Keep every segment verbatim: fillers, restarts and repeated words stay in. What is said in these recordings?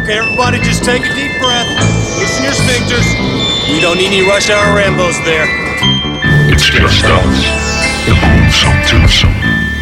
Okay, everybody just take a deep breath. Loosen your sphincters. We don't need any rush hour Rambos there. It's just us. The gruesome twosome.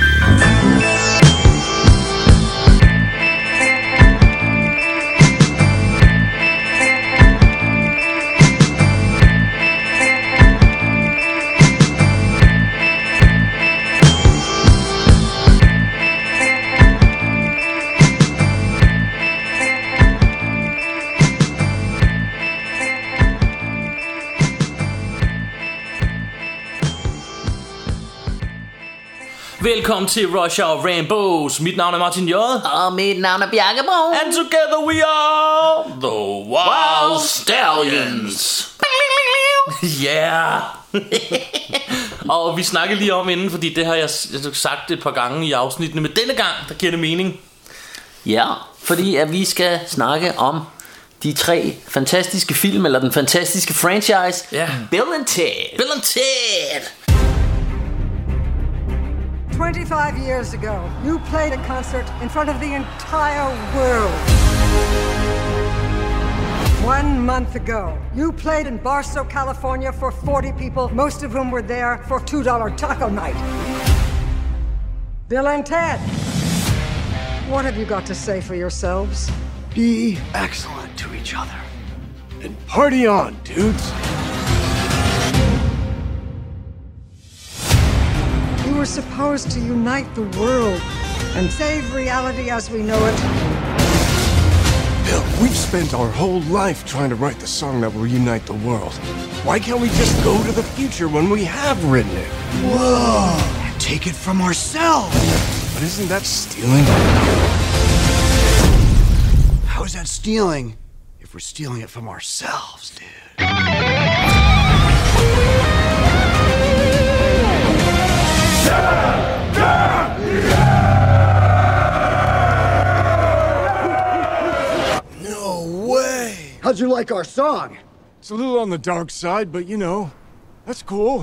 Velkommen til Rush Hour Rambos. Mit navn er Martin J. Og mit navn er Bjarke Brun. And together we are the Wild Stallions. Yeah. Og vi snakker lige om inden, fordi det har jeg sagt et par gange i afsnittene, men denne gang, der giver det mening. Ja, fordi at vi skal snakke om de tre fantastiske film, eller den fantastiske franchise, yeah. Bill and Ted. Bill and Ted. twenty-five years ago, you played a concert in front of the entire world. One month ago, you played in Barstow, California for forty people, most of whom were there for two dollar taco night. Bill and Ted, what have you got to say for yourselves? Be excellent to each other. And party on, dudes. You were supposed to unite the world and save reality as we know it. Bill, we've spent our whole life trying to write the song that will unite the world. Why can't we just go to the future when we have written it? Whoa! And take it from ourselves. But isn't that stealing? How is that stealing if we're stealing it from ourselves, dude? No way! How'd you like our song? It's a little on the dark side, but you know, that's cool.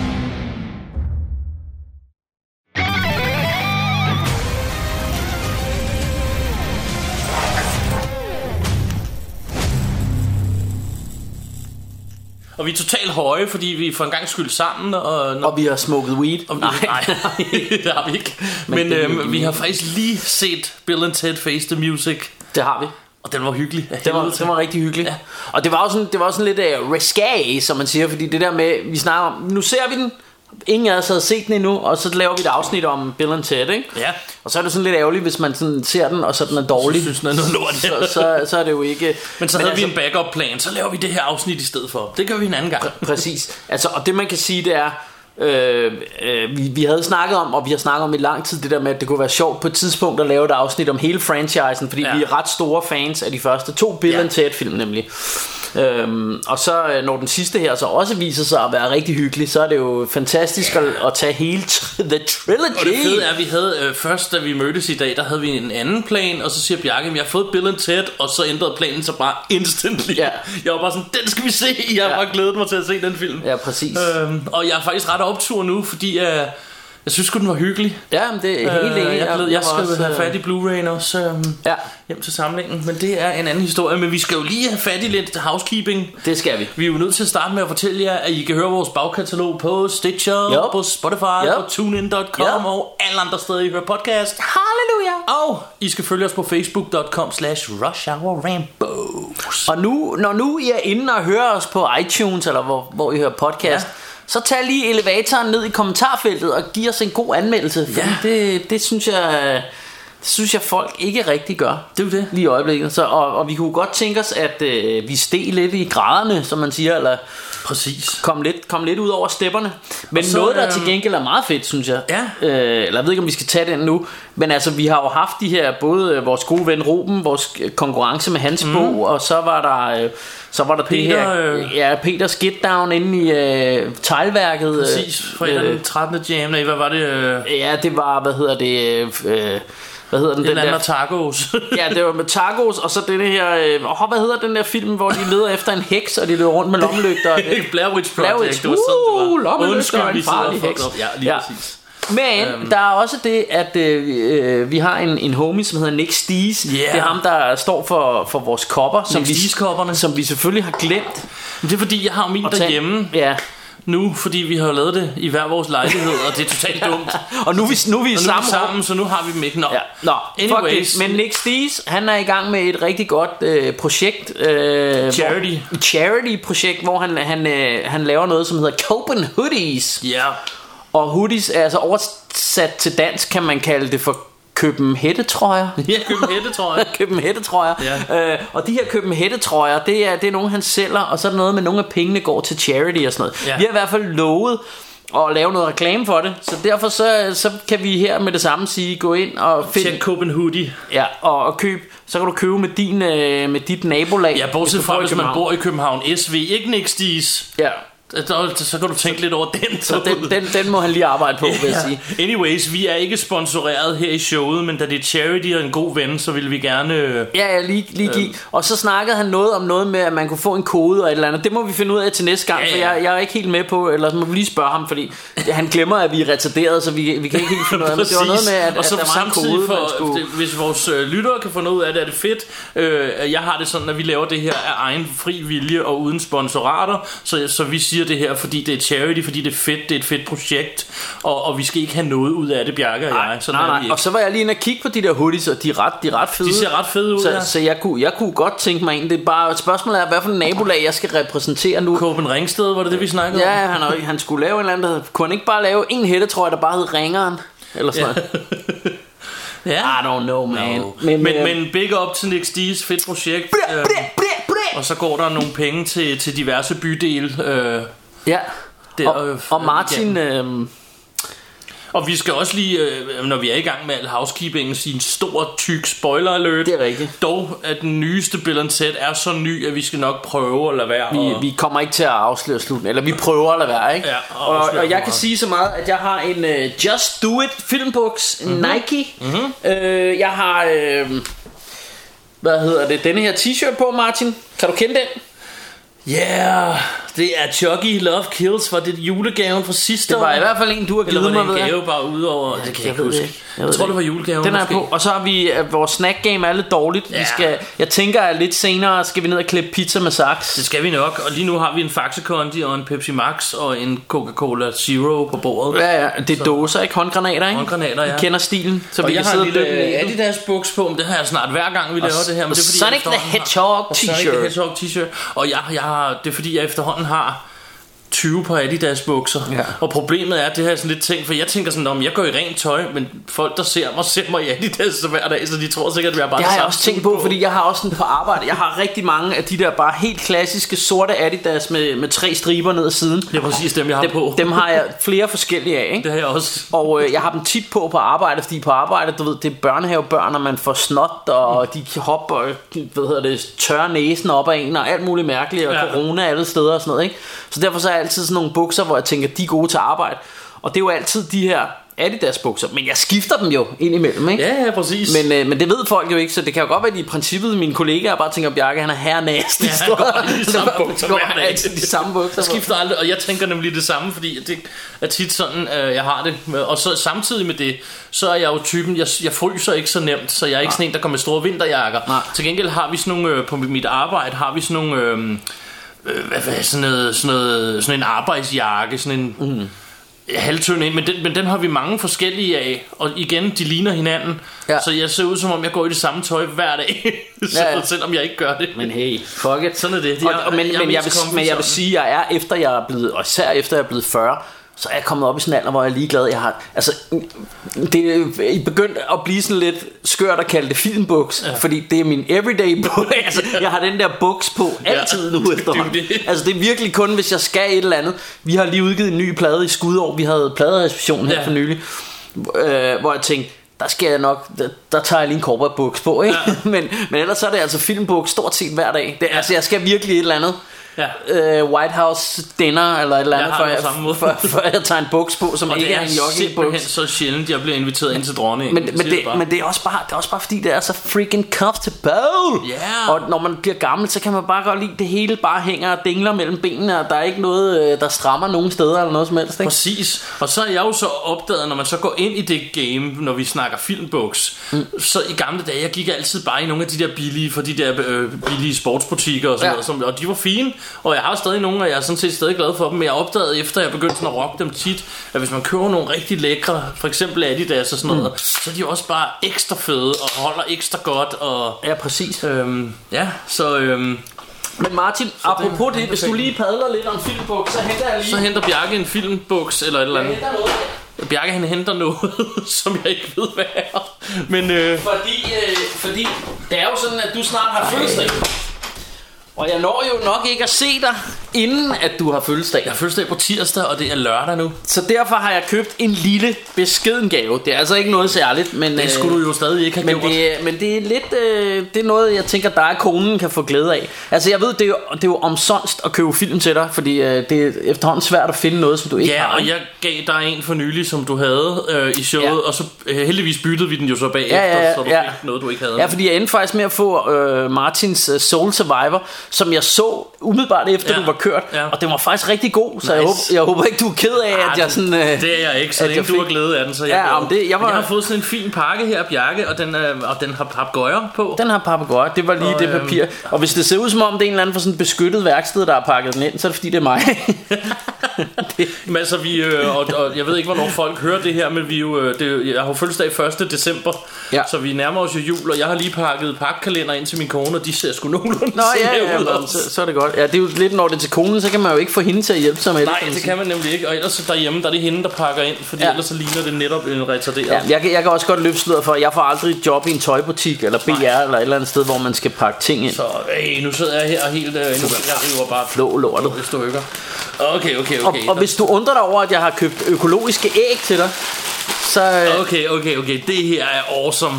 Og vi er totalt høje, fordi vi for en gang skyld sammen. Og, når... og vi har smoked weed. Og vi... Nej, nej, det har vi ikke. Men, Men øhm, vi har faktisk lige set Bill and Ted Face the Music. Det har vi. Og den var hyggelig. Det var, det var rigtig hyggelig. Ja. Og det var også sådan, det var også sådan lidt uh, risque, som man siger, fordi det der med, vi snakker om, nu ser vi den. Ingen af os havde set den endnu, og så laver vi et afsnit om Bill and Ted, ikke? Ja. Og så er det sådan lidt ærgerligt, hvis man sådan ser den, og så den er dårlig. Så synes den er noget lort. så, så, så er det jo ikke. Men så havde altså... vi en backup plan, så laver vi det her afsnit i stedet for. Det gør vi en anden gang. Pr- præcis. Altså, og det man kan sige, det er, øh, øh, vi, vi havde snakket om, og vi har snakket om i lang tid, det der med, at det kunne være sjovt på et tidspunkt at lave et afsnit om hele franchisen, fordi ja. vi er ret store fans af de første to Bill ja. and Ted film nemlig. Øhm, og så når den sidste her så også viser sig at være rigtig hyggelig, så er det jo fantastisk at, at tage hele tr- The Trilogy. Og det fede er, at vi havde øh, først, da vi mødtes i dag, der havde vi en anden plan, og så siger Bjarke, jeg har fået Bill and Ted, og så ændrede planen så bare instantly. Ja. Jeg var bare sådan, den skal vi se. Jeg har ja. bare glædet mig til at se den film. Ja, præcis. øhm, Og jeg er faktisk ret optur nu, fordi øh, jeg synes sgu den var hyggelig. Ja, det er helt enig. øh, Jeg, jeg, jeg skal også, have fat i Blu-ray'en også øh, ja. hjem til samlingen. Men det er en anden historie. Men vi skal jo lige have fat i lidt housekeeping. Det skal vi. Vi er jo nødt til at starte med at fortælle jer, at I kan høre vores bagkatalog på Stitcher, yep. på Spotify, yep. på TuneIn punktum com yep. og alle andre steder I hører podcast. Halleluja. Og I skal følge os på Facebook punktum com slash Rush Hour Rambos. Og nu, når nu I er inde og hører os på iTunes, eller hvor, hvor I hører podcast, ja. så tag lige elevatoren ned i kommentarfeltet og giv os en god anmeldelse. For ja. det, det synes jeg det synes jeg folk ikke rigtig gør. Det er jo det lige i øjeblikket. Så, og, og vi kunne godt tænke os at øh, vi steg lidt i graderne, som man siger, eller præcis kom lidt, kom lidt ud over stepperne. Men så, noget der øh... til gengæld er meget fedt, synes jeg. Ja. øh, Eller jeg ved ikke om vi skal tage den nu. Men altså vi har jo haft de her, både vores gode ven Ruben, vores konkurrence med hans mm. bog, og så var der øh, så var der Peter, det her øh... ja, Peters Get Down inde i øh, teglværket. Præcis, fredag den trettende jam. Nej, hvad var det? Øh... Ja, det var, hvad hedder det øh, hvad hedder den? Den, den der med tacos. Ja, det var med tacos. Og så denne her øh, hvad hedder den der film, hvor de leder efter en heks, og de løber rundt med lommelygter. Blair Witch Project. Blair Witch. Uh, lommelygter og en farlig heks. Ja, lige ja. præcis. Men um, der er også det, at øh, vi har en, en homie, som hedder Nick Stees. Yeah. Det er ham, der står for, for vores kopper, som vi, som vi selvfølgelig har glemt. Men det er fordi, jeg har min derhjemme. Ja. Nu, fordi vi har lavet det i hver vores lejlighed, og det er totalt dumt. Og nu er vi, nu er vi, og nu sammen, er vi sammen, så nu har vi dem ikke. Nå, ja. Nå anyways. Men Nick Stees, han er i gang med et rigtig godt øh, projekt. Øh, charity. Hvor, charity-projekt, hvor han, han, øh, han laver noget, som hedder Copen Hoodies. Ja. Yeah. Og hoodies er altså oversat til dansk, kan man kalde det for Københættetrøjer. Ja, Københættetrøjer. Københættetrøjer. Ja. Øh, og de her Københættetrøjer, det er, det er nogen han sælger, og så er der noget med, nogle af pengene går til charity og sådan noget. Ja. Vi har i hvert fald lovet at lave noget reklame for det, så derfor så, så kan vi her med det samme sige, gå ind og finde Copenhoodie. Ja, og, og køb, så kan du købe med din øh, med dit nabolag. Ja, bortset fra hvis man bor i København S V, ikke Nick Stees. Ja. Så kan du tænke lidt over den. Så den, den, den må han lige arbejde på, vil jeg sige. Anyways, vi er ikke sponsoreret her i showet, men da det er charity og en god ven, så vil vi gerne øh, Ja, ja, lige, lige give. Og så snakkede han noget om noget med, at man kunne få en kode og et eller andet. Det må vi finde ud af til næste gang, ja, ja. For jeg, jeg er ikke helt med på. Eller så må vi lige spørge ham, fordi han glemmer, at vi er retarderet, så vi, vi kan ikke helt finde ud af. Men det var noget med, at, og så at der var en kode for, skulle... det, hvis vores øh, lyttere kan få noget ud af det, er det fedt. øh, Jeg har det sådan, at vi laver det her af egen fri vilje og uden sponsorater. Så, så vi siger det her, fordi det er charity, fordi det er fedt, det er et fedt projekt, og, og vi skal ikke have noget ud af det, Bjarke og jeg. Sådan nej, nej. Og så var jeg lige inde og kigge på de der hoodies, og de er ret, de er ret fede. De ser ret fede ud, så, ja. så jeg, kunne, jeg kunne godt tænke mig en. Det er bare, spørgsmålet er, hvad for en nabolag jeg skal repræsentere nu. Kåben Ringsted, var det det, vi snakkede ja, om? Ja, han, han skulle lave en eller anden, der, kunne han ikke bare lave en hættetrøje, der bare hed Ringeren? Eller sådan noget. Ja. I don't know, man. No. Men, men, men big up til Nick Stees, fedt projekt. Blæ, blæ, blæ, blæ. Og så går der nogle penge til, til diverse bydele. Øh, ja. Der, og, øh, og Martin øh, og vi skal også lige, øh, når vi er i gang med al housekeepingen, sige en stor tyk spoiler alert. Det er rigtigt. Dog at den nyeste Bill and Ted er så ny, at vi skal nok prøve at lade være. Vi, og... vi kommer ikke til at afsløre slutningen, eller vi prøver at lade være, ikke? Ja, og, og, og jeg kan sige så meget, at jeg har en uh, Just Do It filmbuks, mm-hmm. Nike. Mm-hmm. Øh, jeg har øh, hvad hedder det, denne her t-shirt på, Martin. Kan du kende den? Ja, yeah, det er Chucky Love Kills. Var det julegaven fra sidste år? Det var i hvert fald en, du har givet mig, ved jeg. Eller var det en gave bare udover? Ja, det kan jeg, jeg ikke huske. Jeg, jeg tror, det var julegaven. Den er på. Og så har vi, uh, vores snack game er lidt dårligt. Ja. Vi skal, jeg tænker, at lidt senere skal vi ned og klippe pizza med saks. Det skal vi nok. Og lige nu har vi en Faxe Kondi og en Pepsi Max og en Coca-Cola Zero på bordet. Ja, ja. Det er dåser, ikke? Håndgranater, ikke? Håndgranater, ja. Vi kender stilen. Så og vi jeg kan har sidde en lille Adidas buks på. Men det har jeg snart hver gang, vi laver det her. Men det er, fordi Sonic the Hedgehog t-shirt. Sonic the Hedgehog t-shirt. Og jeg, jeg har, det er fordi, jeg efterhånden har tyve på Adidas bukser. Ja. Og problemet er, det her er sådan lidt ting, for jeg tænker sådan, om jeg går i rent tøj, men folk der ser mig, ser mig i Adidas så hver dag, så de tror sikkert, at jeg bare det har jeg også tænkt på, på, fordi jeg har også sådan på arbejde. Jeg har rigtig mange af de der bare helt klassiske sorte Adidas med, med tre striber ned ad siden. Det er præcis dem, jeg har dem, på. Dem har jeg flere forskellige af, ikke? Det har jeg også. Og øh, jeg har dem tit på på arbejde, fordi på arbejde, du ved, det er børnehavebørn, og man får snot, og mm. de hopper, hvad hedder det, tørrer næsen op af en, og alt muligt mærkeligt, og ja. Corona alle steder og sådan noget, ikke? Så derfor så er jeg altid sådan nogle bukser, hvor jeg tænker, de er gode til arbejde. Og det er jo altid de her Adidas bukser, men jeg skifter dem jo ind imellem, ikke? Ja, ja, præcis. Men, øh, men det ved folk jo ikke, så det kan jo godt være, at de i princippet mine kollegaer bare tænker, Bjarke, han er hernæst. Ja, han går i de samme bukser hver dag. De samme bukser. Jeg skifter aldrig, og jeg tænker nemlig det samme, fordi det er tit sådan, øh, jeg har det. Og så samtidig med det, så er jeg jo typen, jeg, jeg fryser ikke så nemt, så jeg er ikke Nej. sådan en, der kommer med store vinterjakker. Nej. Til gengæld har vi sådan nogle, øh, på mit arbejde, har vi sådan nogle... Øh, Hvad, hvad, sådan, noget, sådan, noget, sådan en arbejdsjakke, sådan en mm. halvtønd ind, men den, men den har vi mange forskellige af, og igen, de ligner hinanden, ja. Så jeg ser ud som om jeg går i det samme tøj hver dag, ja, ja. Selvom jeg ikke gør det. Men hey, fuck it. Sådan er det. De er, og, og, men jeg, men, jeg vil, men jeg vil sige, jeg er efter jeg er blevet, og især efter jeg er blevet fyrre, så er jeg kommet op i sådan en alder, hvor jeg er ligeglad. Jeg har, altså, det er begyndt at blive sådan lidt skørt at kalde det filmbuks, ja. Fordi det er min everyday buks. Altså, jeg har den der buks på altid nu efterhånden. Altså, det er virkelig kun, hvis jeg skal et eller andet. Vi har lige udgivet en ny plade i Skudår. Vi havde pladereception her ja. for nylig, øh, hvor jeg tænkte, der skal jeg nok, der, der tager jeg lige en cowboybuks på, ikke? Ja. men, men ellers så er det altså filmbuks stort set hver dag. Det, ja. Altså, jeg skal virkelig et eller andet. Ja. øh, White House dinner eller et eller andet, Jeg har før, det på samme måde. jeg, før, før jeg tager en buks på, som Og ikke det er er en simpelthen joggingbuks. så sjældent, jeg bliver inviteret ind til dronningen. Men, men, det, men det, er også bare, det er også bare fordi det er så freaking comfortable. Yeah. Og når man bliver gammel, så kan man bare godt lide det hele bare hænger og dingler mellem benene, og der er ikke noget øh, der strammer nogen steder eller noget som helst, ikke? Præcis. Og så er jeg jo så opdaget, når man så går ind i det game, når vi snakker filmbuks, mm. så i gamle dage, jeg gik altid bare i nogle af de der billige, for de der øh, billige sportsbutikker og sådan ja. noget, som, og de var fine, og jeg har stadig nogle, og jeg er sådan set stadig glad for dem, men jeg opdagede efter, jeg begyndte sådan at rocke dem tit, at hvis man køber nogle rigtig lækre, for eksempel Adidas og sådan noget, mm. så er de også bare ekstra fede og holder ekstra godt. Og, ja, præcis. Øhm, ja, så... Øhm, Men Martin, det, apropos det, hvis du lige padler lidt om filmbuks, så henter jeg lige... Så henter Bjarke en filmbuks eller et eller andet. Jeg henter noget. Bjarke han henter noget, som jeg ikke ved hvad er. Men øh... Fordi, øh, fordi det er jo sådan, at du snart har fødselsdag. Og jeg når jo nok ikke at se dig, inden at du har fødselsdag. Jeg har fødselsdag på tirsdag, og det er lørdag nu. Så derfor har jeg købt en lille beskeden gave. Det er altså ikke noget særligt, men det skulle øh, du jo stadig ikke have men gjort. det, men det er lidt øh, det er noget jeg tænker dig og konen kan få glæde af. Altså jeg ved det er jo, det er jo omsonst at købe film til dig, fordi øh, det er efterhånden svært at finde noget som du ikke ja, har. Ja, og jeg gav dig en for nylig som du havde øh, i showet, ja. Og så øh, heldigvis byttede vi den jo så bagefter, ja, ja, ja, så du ja. fik noget du ikke havde. Ja, fordi jeg endte faktisk med at få øh, Martins uh, Soul Survivor, som jeg så umiddelbart efter ja. du var kørt, ja. Og det var faktisk rigtig god. Så nice. jeg, håber, jeg håber ikke du er ked af at Arh, jeg sådan øh, det er jeg ikke, så længe du har glæde af den. Så jeg, ja, om det, jeg, var... jeg har fået sådan en fin pakke her, Bjarke, og den, øh, og den har papegøjer på. Den har papegøjer, det var lige og, det papir. Øh... Og hvis det ser ud som om det er en eller anden for sådan et beskyttet værksted der har pakket den ind, så er det fordi det er mig. det... Men altså vi øh, og, og jeg ved ikke hvornår folk hører det her, men vi jo øh, det, jeg har jo fødselsdag første december, ja. Så vi nærmer os jo jul, og jeg har lige pakket pakkalender ind til min kone, og de ser sgu nogenlunde. Nå ja, ja, ja så, så er det godt. Ja, det er jo lidt når det er til konen, så kan man jo ikke få hende til at hjælpe sig med Nej, det. Nej, det kan man nemlig ikke. Og ellers derhjemme, der er det hende, der pakker ind, fordi ja. Ellers så ligner det netop en retarderet. Ja, jeg, jeg kan også godt løfte sløret for, at jeg får aldrig et job i en tøjbutik eller B R Nej. Eller et eller andet sted, hvor man skal pakke ting ind. Så øh, nu sidder jeg her og helt øh, nu, jeg river bare flå lortet i stykker. Okay, okay, okay. Og, og hvis du undrer dig over, at jeg har købt økologiske æg til dig, så... Okay, okay, okay. Det her er awesome.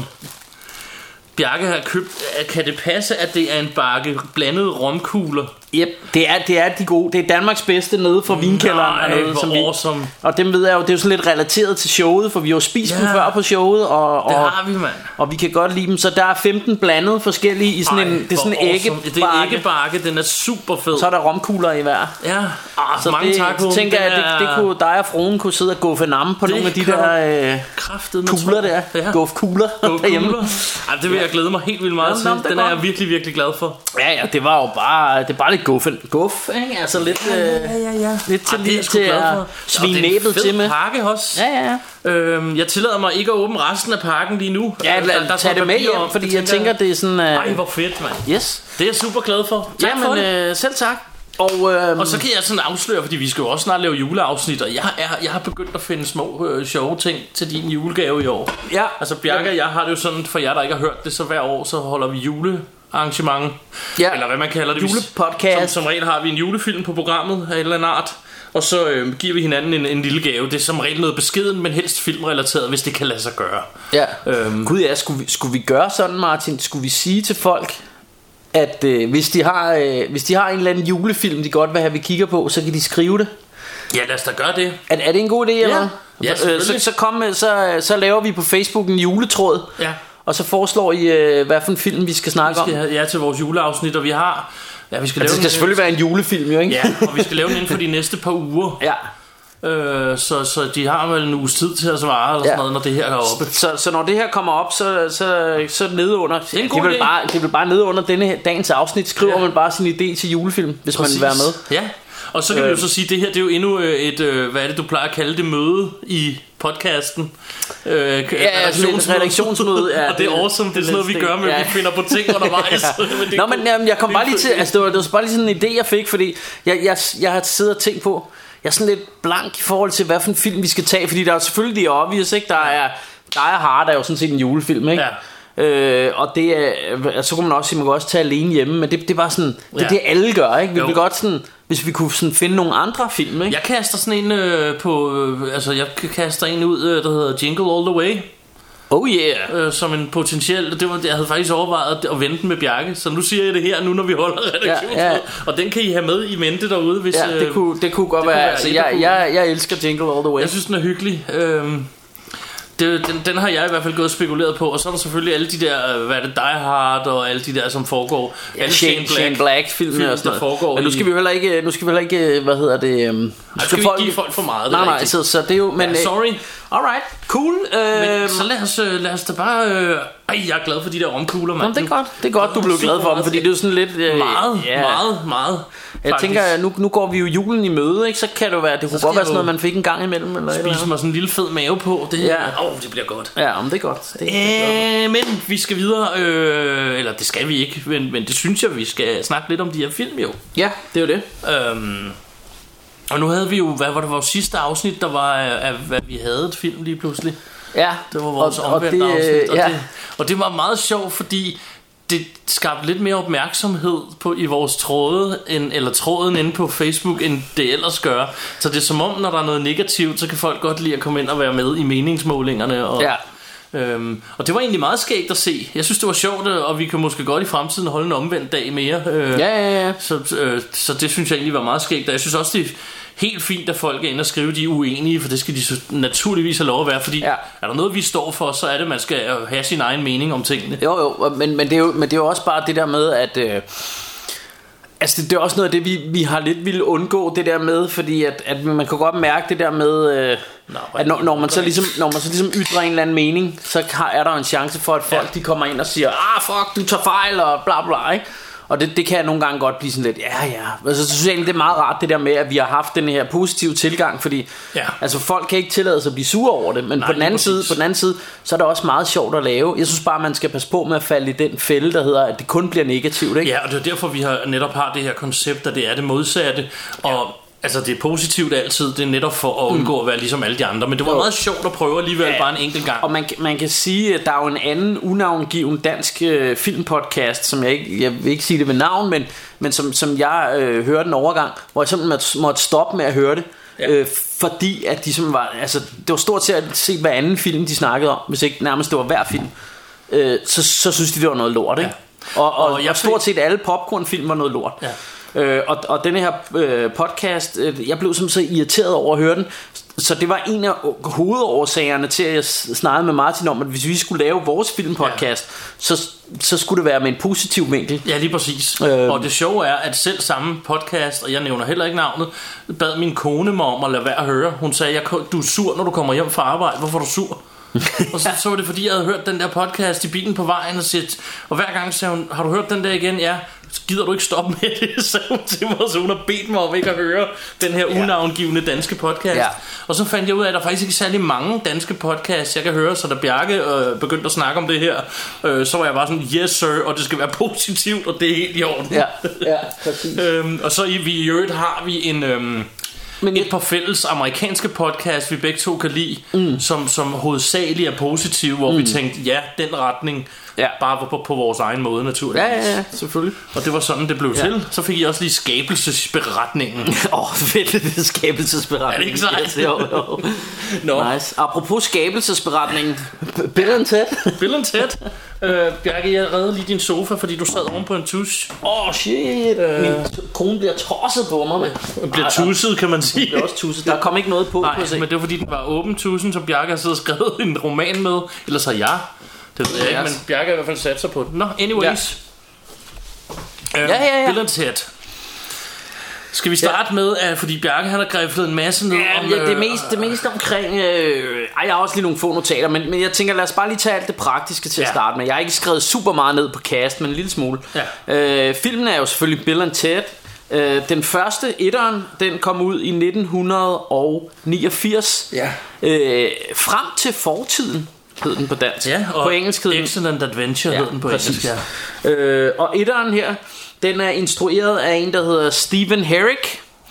Bjarke har købt... Kan det passe, at det er en bakke blandede romkugler? Yep, det er, det er de gode. Det er Danmarks bedste nede fra vinkælderen. Nej, noget, hvor som vi, awesome. Og dem ved jeg jo, det er jo sådan lidt relateret til showet, for vi har jo spist ja, dem før på showet. Og, og, det har vi, mand. Og vi kan godt lide dem. Så der er femten blandet forskellige i sådan Ej, en... Det er sådan en æggebakke. Det er æggebakke, den er super fed. Så er der romkugler i hver. Ja, ah, så mange det, tak. Så tænker jeg, at det, det kunne dig og fruen kunne sidde og gå for namme på nogle af de der øh, kugler der. Ja. Gå for kugler derhjemme. Ej, det vil jeg glæde mig helt vildt meget til. Den er jeg virkelig, virkelig glad for. Ja, ja, det var jo bare, det er bare lidt guf, guf, ikke? Altså lidt, ja, ja, ja, ja. lidt til, Ej, lige til at svine næbet til med. Pakke også. Ja, ja, ja. Øhm, jeg tillader mig ikke at åbne resten af pakken lige nu. Ja, der, der, der tag det med hjem, om, fordi jeg tænker, tænker, det er sådan... Uh... Ej, hvor fedt, mand. Yes. Det er jeg super glad for. Tak ja, for men øh, selv tak. Og, øhm, og så kan jeg sådan afsløre, fordi vi skal jo også snart lave juleafsnit, og jeg, er, jeg har begyndt at finde små øh, sjove ting til din julegave i år. Ja. Altså Bjarke, ja. Jeg har det jo sådan, for jer der ikke har hørt det, så hver år så holder vi julearrangement. Ja. Eller hvad man kalder det. Julepodcast. Som, som regel har vi en julefilm på programmet af en eller anden art. Og så øh, giver vi hinanden en, en lille gave. Det er som regel noget beskeden, men helst filmrelateret, hvis det kan lade sig gøre. Ja. Øhm. Gud ja, skulle vi, skulle vi gøre sådan, Martin? Skulle vi sige til folk, at øh, hvis, de har, øh, hvis de har en eller anden julefilm, de godt vil have, vi kigger på, så kan de skrive det? Ja, lad os da gøre det. Er, er det en god idé, eller? Ja, øh, så, så, kom, så, så laver vi på Facebook en juletråd. Ja. Og så foreslår I, øh, hvad for en film vi skal snakke vi skal, om. Ja, til vores juleafsnit, og vi har... Ja, vi skal altså, lave det skal en, selvfølgelig være en julefilm, jo, ikke? Ja, og vi skal lave den inden for de næste par uger. Ja. Øh, så, så de har vel en uges tid til at svare eller ja. Sådan noget, når det her er oppe. Så, så når det her kommer op, så, så, så nede under det, det, vil bare, det vil bare nede under denne dagens afsnit. Skriver ja. Man bare sin idé til julefilm, hvis Præcis. Man vil være med. Ja. Og så kan øh. vi jo så sige, at det her det er jo endnu et, øh, hvad er det du plejer at kalde det, møde i podcasten. øh, Ja, redaktionsmøde, redaktionsmøde ja, og det er awesome. Det er sådan noget vi gør med ja. Vi finder på ting undervejs. ja. Nå, men jamen, jeg kom bare lige til, altså det var, det var bare lige sådan en idé jeg fik, fordi jeg, jeg, jeg har siddet og tænkt på, jeg er sådan lidt blank i forhold til hvad for en film vi skal tage, fordi der er selvfølgelig de obvious, ikke? Der er Der er Hard er jo sådan set en julefilm, ikke? Ja. Øh, og det er, så kunne man også sige, man kan også tage alene hjemme, men det, det er bare sådan, det er ja. Det alle gør, ikke? Vi vil godt sådan, hvis vi kunne sådan finde nogle andre film, ikke? Jeg kaster sådan en øh, på, øh, altså jeg kaster en ud, øh, der hedder Jingle All The Way. Oh yeah. øh, som en potentiel. Det var, jeg havde faktisk overvejet at vente med Bjarke, så nu siger jeg det her, nu når vi holder redaktionen. Ja, ja. Og den kan I have med i mente derude, hvis, ja, det kunne, det kunne godt det være, kunne være altså, jeg, jeg, jeg elsker Jingle All The Way. Jeg synes den er hyggelig. øhm, det, den, den har jeg i hvert fald gået og spekuleret på. Og så er der selvfølgelig alle de der, hvad er det, Die Hard og alle de der, som foregår. Ja, alle Shane, Shane Black filmene og sådan noget. Foregår. Men nu skal vi heller ikke, nu skal vi heller ikke, hvad hedder det, um, nu skal, skal vi folk, give folk for meget. Nej, nej, så, så det er jo, men ja, sorry. Alright, cool. Men så lad os, lad os da bare... Øh, ej, jeg er glad for de der romkugler, mand. Det er godt, det er godt, du blev glad for dem, fordi det er jo sådan lidt... Øh, meget, ja. meget, meget. Jeg faktisk. tænker, nu, nu går vi jo julen i møde, ikke? Så kan det jo være, det kunne godt være sådan noget, man fik en gang imellem. Eller spise mig sådan en lille fed mave på. Det, ja. oh, det bliver godt. Ja, men det er godt. Det, Æh, det er godt. men vi skal videre, øh, eller det skal vi ikke, men, men det synes jeg, vi skal snakke lidt om de her film, jo. Ja, det er jo det. Øhm, og nu havde vi jo, hvad var det vores sidste afsnit, der var af, hvad vi havde et film lige pludselig. Ja. Det var vores og, omvendte og det, afsnit, og, ja. det, og det var meget sjovt, fordi det skabte lidt mere opmærksomhed på i vores tråde end, eller tråden inde på Facebook, end det ellers gør. Så det er som om, når der er noget negativt, så kan folk godt lide at komme ind og være med i meningsmålingerne. Og, ja. øhm, og det var egentlig meget skægt at se. Jeg synes det var sjovt, og vi kan måske godt i fremtiden holde en omvendt dag mere. øh, Ja, ja, ja. så, øh, så det synes jeg egentlig var meget skægt. Og jeg synes også det er helt fint, at folk er inde og skrive, de er uenige, for det skal de så naturligvis have lov at være. Fordi ja. er der noget vi står for, så er det at man skal have sin egen mening om tingene. Jo jo, men, men, det, er jo, men det er jo også bare det der med at øh, altså det, det er også noget af det vi, vi har lidt ville undgå, det der med, fordi at, at man kan godt mærke det der med øh, Nå, at når, når, man så ligesom, når man så ligesom ytrer en eller anden mening, så er der en chance for at folk ja. de kommer ind og siger, ah fuck, du tager fejl og bla bla, ikke? Og det, det kan nogle gange godt blive sådan lidt, ja ja. Altså, så synes jeg egentlig, det er meget rart det der med, at vi har haft den her positive tilgang, fordi ja. altså, folk kan ikke tillade sig at blive sure over det, men Nej, på, den anden side, på den anden side, så er det også meget sjovt at lave. Jeg synes bare, man skal passe på med at falde i den fælde, der hedder, at det kun bliver negativt, ikke? Ja, og det er derfor, vi har netop har det her koncept, at det er det modsatte, og ja. Altså det er positivt altid. Det er netop for at undgå at være ligesom alle de andre. Men det var jo. meget sjovt at prøve alligevel ja. bare en enkelt gang. Og man, man kan sige, at der er jo en anden unavngiven dansk øh, filmpodcast, som jeg ikke, jeg vil ikke sige det ved navn, men, men som, som jeg øh, hørte en overgang, hvor jeg simpelthen måtte stoppe med at høre det. Ja. Øh, fordi at de simpelthen var, altså det var stort set at se hver anden film de snakkede om, hvis ikke nærmest det var hver film, øh, så, så synes de det var noget lort, ikke? Ja. Og, og, og, og stort set alle popcornfilm var noget lort. Ja. Øh, og, og denne her øh, podcast, øh, jeg blev simpelthen så irriteret over at høre den. Så det var en af hovedårsagerne til, at jeg snakkede med Martin om, at hvis vi skulle lave vores filmpodcast, ja. så, så skulle det være med en positiv vinkel. Ja, lige præcis. øh. Og det sjove er, at selv samme podcast, og jeg nævner heller ikke navnet, bad min kone mig om at lade være at høre. Hun sagde, jeg, du er sur, når du kommer hjem fra arbejde. Hvorfor er du sur? Og så, så var det fordi jeg havde hørt den der podcast i bilen på vejen og, set, og hver gang sagde hun, har du hørt den der igen? Ja. Så gider du ikke stoppe med det, sagde hun til mig. Så hun har bedt mig om ikke at høre den her unavngivende danske podcast. Ja. Og så fandt jeg ud af, at der faktisk ikke er særlig mange danske podcasts jeg kan høre. Så da Bjarke øh, begyndte at snakke om det her, øh, så var jeg bare sådan, yes sir, og det skal være positivt, og det er helt i orden. Ja, ja, præcis. øhm, Og så i, vi, i øvrigt har vi en... Øhm, Men et par fælles amerikanske podcast vi begge to kan lide, mm. som, som hovedsageligt er positive, hvor mm. vi tænkte, ja, den retning, ja. bare på, på vores egen måde naturligvis. Ja, ja, ja, selvfølgelig. Og det var sådan det blev ja. til. Så fik I også lige skabelsesberetningen. Åh, oh, fedt, det er skabelsesberetningen. Er det ikke sejt? Jo, jo. No. Nice. Apropos skabelsesberetningen, Bill and Ted. Bill and Ted. øh, Bjarke, jeg redde lige din sofa, fordi du sad oven på en tus. Åh, oh, shit. Uh... Min kone bliver tosset på mig. Med. Bliver tusset, kan man sige. Det bliver også tusset. Der kom ikke noget på. Nej, på men det var fordi den var åben tusen, som Bjarke har siddet og skrevet en roman med. Ellers har jeg. Det ved jeg ikke, men Bjarke har i hvert fald sat sig på den. Nå, anyways. Ja, øh, ja, ja, ja. Bill and Ted. Skal vi starte ja. med, at fordi Bjarke han har grebet en masse ned ja, om... Ja, det mest, det mest omkring... Øh, ej, jeg har også lige nogle få notater, men, men jeg tænker, lad os bare lige tage alt det praktiske til ja. at starte med. Jeg har ikke skrevet super meget ned på cast, men en lille smule. Ja. Øh, filmen er jo selvfølgelig Bill and Ted. Øh, den første, etteren, den kom ud i nitten niogfirs. Ja. Øh, frem til fortiden hed den på dansk. Ja, og på engelsk hed den Excellent Adventure ja, hed den på præcis. engelsk. Ja. Øh, og etteren her, den er instrueret af en, der hedder Stephen Herrick.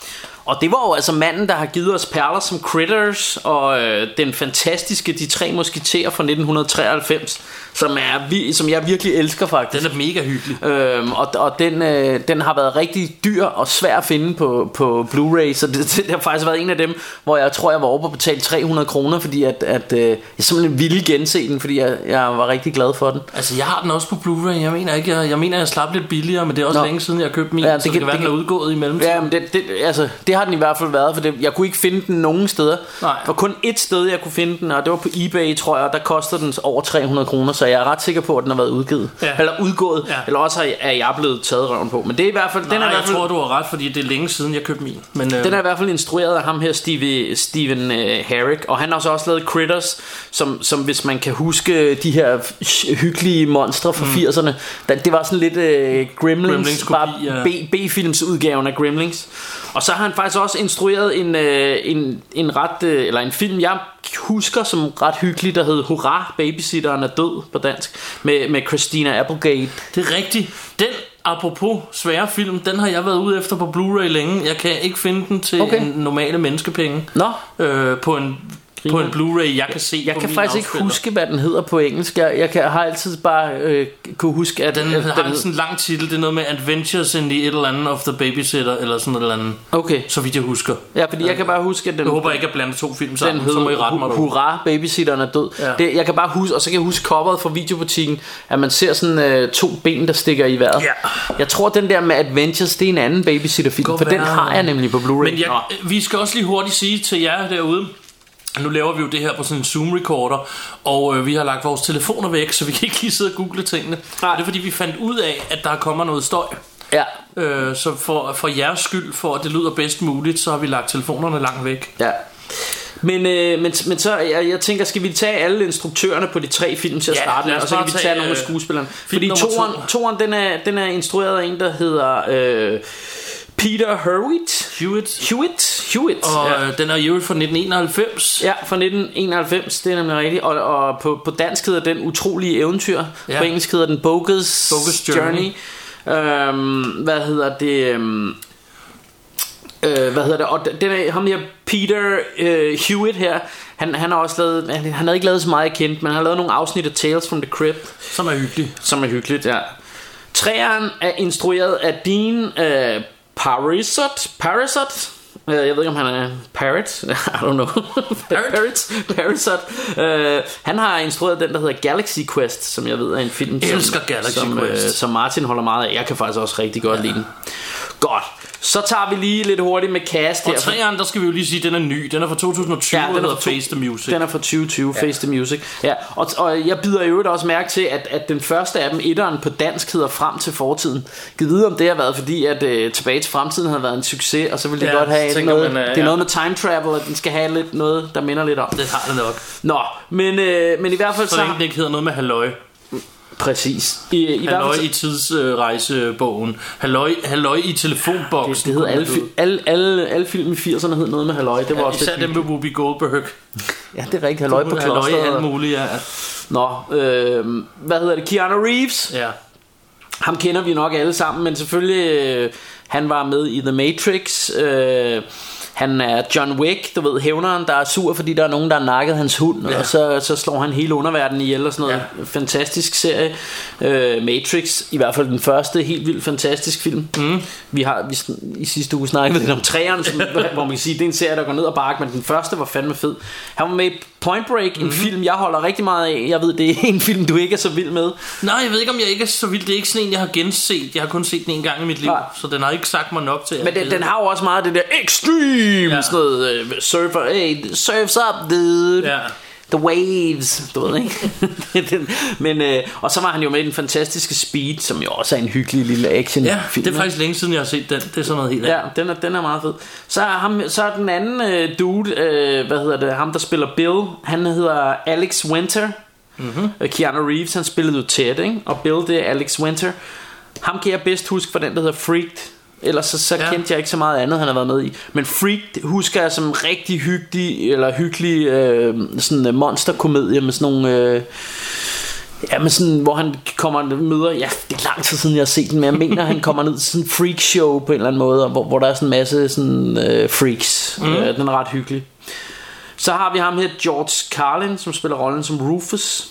Og det var jo altså manden, der har givet os perler som Critters og øh, den fantastiske De Tre Musketerer fra nitten treoghalvfems, som, er, som jeg virkelig elsker faktisk. Den er mega hyggelig. Øhm, og og den, øh, den har været rigtig dyr og svær at finde på, på Blu-ray, så det, det har faktisk været en af dem, hvor jeg tror, jeg var oppe og betale tre hundrede kroner, fordi at, at, øh, jeg simpelthen ville gense den, fordi jeg, jeg var rigtig glad for den. Altså, jeg har den også på Blu-ray. Jeg mener ikke, jeg, jeg mener, jeg slap lidt billigere, men det er også Nå. længe siden, jeg købte min, ja, det så kan, det kan være, det den er udgået i mellemtiden. Ja, men det, det, altså, det har den i hvert fald været, for det, jeg kunne ikke finde den nogen steder. Nej. For kun ét sted, jeg kunne finde den, og det var på eBay, tror jeg, og der koster den over tre hundrede kroner, så jeg er ret sikker på, at den har været udgivet. Ja. Eller udgået, ja. Eller også er jeg blevet taget røven på. Men det er i hvert fald... Nej, den er i hvert fald, jeg tror, du har ret, fordi det er længe siden, jeg købte min. Men, øh... Den er i hvert fald instrueret af ham her, Steve, Steven øh, Herrick, og han har så også lavet Critters, som, som hvis man kan huske de her hyggelige monstre fra mm. firserne. Det var sådan lidt øh, Gremlins, Gremlins bare ja. B, B-films udgaven af Gremlins. Og så har han faktisk også instrueret en, øh, en, en ret, øh, eller en film, jeg husker som ret hyggelig, der hed Hurra, Babysitteren er død på dansk, med, med Christina Applegate. Det er rigtigt. Den, apropos svære film, den har jeg været ude efter på Blu-ray længe. Jeg kan ikke finde den til okay. en normale menneskepenge. Nå. Øh, på en på en Blu-ray, jeg kan se. Jeg på kan min faktisk afspiller. ikke huske, hvad den hedder på engelsk. Jeg, jeg, kan, jeg har altid bare øh, kunne huske, at den at, har den sådan en lang titel. Det er noget med Adventures in the et eller andet of the Babysitter eller sådan noget eller andet. Okay. Så vidt jeg husker. Ja, fordi jeg kan bare huske, at den... Jeg håber ikke at blande to film sammen. Den hedder Hurra, Babysitteren er død. Ja. Det, jeg kan bare huske, og så kan jeg huske coveret fra videobutikken, at man ser sådan øh, to ben, der stikker i vejret. Ja. Jeg tror, den der med Adventures, det er en anden Babysitter-film, for være. Den har jeg nemlig på Blu-ray. Men jeg, vi skal også lige hurtigt sige til jer derude. Nu laver vi jo det her på sådan en Zoom-recorder, og øh, vi har lagt vores telefoner væk, så vi kan ikke lige sidde og google tingene. Nej. Det er fordi vi fandt ud af, at der kommer noget støj. Ja. øh, Så for, for jeres skyld, for at det lyder bedst muligt, så har vi lagt telefonerne langt væk. Ja. Men, øh, men, men så jeg, jeg tænker, skal vi tage alle instruktørerne på de tre film til at ja, starte med, og så kan vi tage, tage nogle af skuespillerne. Fordi toeren, toeren den, er, den er instrueret af en, der hedder øh, Peter Hewitt. Hewitt. Hewitt. Hewitt. Og ja. øh, den er jo fra nitten enoghalvfems. Ja, fra nitten enoghalvfems, det er nemlig rigtigt. Og, og på, på dansk hedder den Utrolige Eventyr. Ja. På engelsk hedder den Bogus, Bogus Journey. Journey. Øhm, hvad hedder det? Øhm, øh, hvad hedder det? Og den er ham her Peter øh, Hewitt her. Han, han har også lavet, han, han har ikke lavet så meget kendt, men han har lavet nogle afsnit af Tales from the Crypt, som er hyggeligt. Som er hyggeligt, ja. Treeren er instrueret af Dean øh, Parisot. Parisot. Jeg ved ikke om han er Parrot. I don't know. Parrot. Parisot. uh, Han har instrueret den der hedder Galaxy Quest, som jeg ved er en film. Jeg elsker som, Galaxy som, Quest uh, som Martin holder meget af. Jeg kan faktisk også rigtig godt ja. lide den. Godt. Så tager vi lige lidt hurtigt med cast her. Og treeren, der skal vi jo lige sige, at den er ny. Den er fra to tusind og tyve, ja, den er fra Face the Music. Den er fra tyve tyve, ja. Face the Music. Ja, og, og jeg bider jo også mærke til, at, at den første af dem, etteren på dansk, hedder Frem til fortiden. Giv vide, om det har været, fordi at uh, Tilbage til fremtiden har været en succes, og så vil det ja, godt have noget, man, uh, det er ja. noget med time travel, at den skal have lidt noget, der minder lidt om. Det har det nok. Nå, men, uh, men i hvert fald så... Så længe den ikke hedder noget med halløj. Præcis. I, i halløj i tidsrejsebogen. Halløj, halløj i telefonboksen. Det, det hed alle, fi- alle, alle, alle film i firserne hed noget med halløj. Det var ja, også især dem med Whoopi Goldberg. Ja, det er rigtigt. Halløj på klosteret. Halløj alt muligt, ja. Nå, øh, hvad hedder det? Keanu Reeves. Ja. Ham kender vi nok alle sammen, men selvfølgelig øh, han var med i The Matrix. Øh, Han er John Wick, du ved, hævneren, der er sur, fordi der er nogen, der har nakket hans hund, ja. Og så, så slår han hele underverdenen ihjel og sådan noget. Ja. Fantastisk serie. uh, Matrix, i hvert fald den første, helt vildt fantastisk film. mm. Vi har vi, i sidste uge snakket lidt om træerne, som, hvor man kan sige, det er en serie, der går ned ad bakke, men den første var fandme fed. Han var med i Point Break, mm-hmm. en film, jeg holder rigtig meget af. Jeg ved, det er en film, du ikke er så vild med. Nej, jeg ved ikke, om jeg ikke er så vild. Det er ikke sådan en, jeg har genset. Jeg har kun set den en gang i mit liv. Nej. Så den har ikke sagt mig nok til. Men den, den har jo også meget det der extreme, ja. Sådan noget uh, surfer, hey, surfs up, dude. Ja. The waves, du ved ikke. Men øh, og så var han jo med i den fantastiske Speed, som jo også er en hyggelig lille action ja, film. det er faktisk længe siden jeg har set den. Det er sådan noget helt ja, den er, den er meget fed. Så er, ham, så er den anden øh, dude, øh, hvad hedder det, ham der spiller Bill, han hedder Alex Winter. mm-hmm. Keanu Reeves, han spillede jo Ted, ikke? Og Bill, det er Alex Winter. Ham kan jeg bedst huske for den der hedder Freaked. Ellers så, så ja. kendte jeg ikke så meget andet han har været med i. Men Freaked husker jeg som rigtig hyggelig, eller hyggelig øh, sådan en monsterkomedie med sådan nogle øh, Ja, men sådan, hvor han kommer og møder... Ja, det er lang tid siden, jeg har set den, men jeg mener, han kommer ned til sådan en freakshow på en eller anden måde, hvor, hvor der er sådan en masse sådan, øh, freaks. Mm. Øh, den er ret hyggelig. Så har vi ham her, George Carlin, som spiller rollen som Rufus.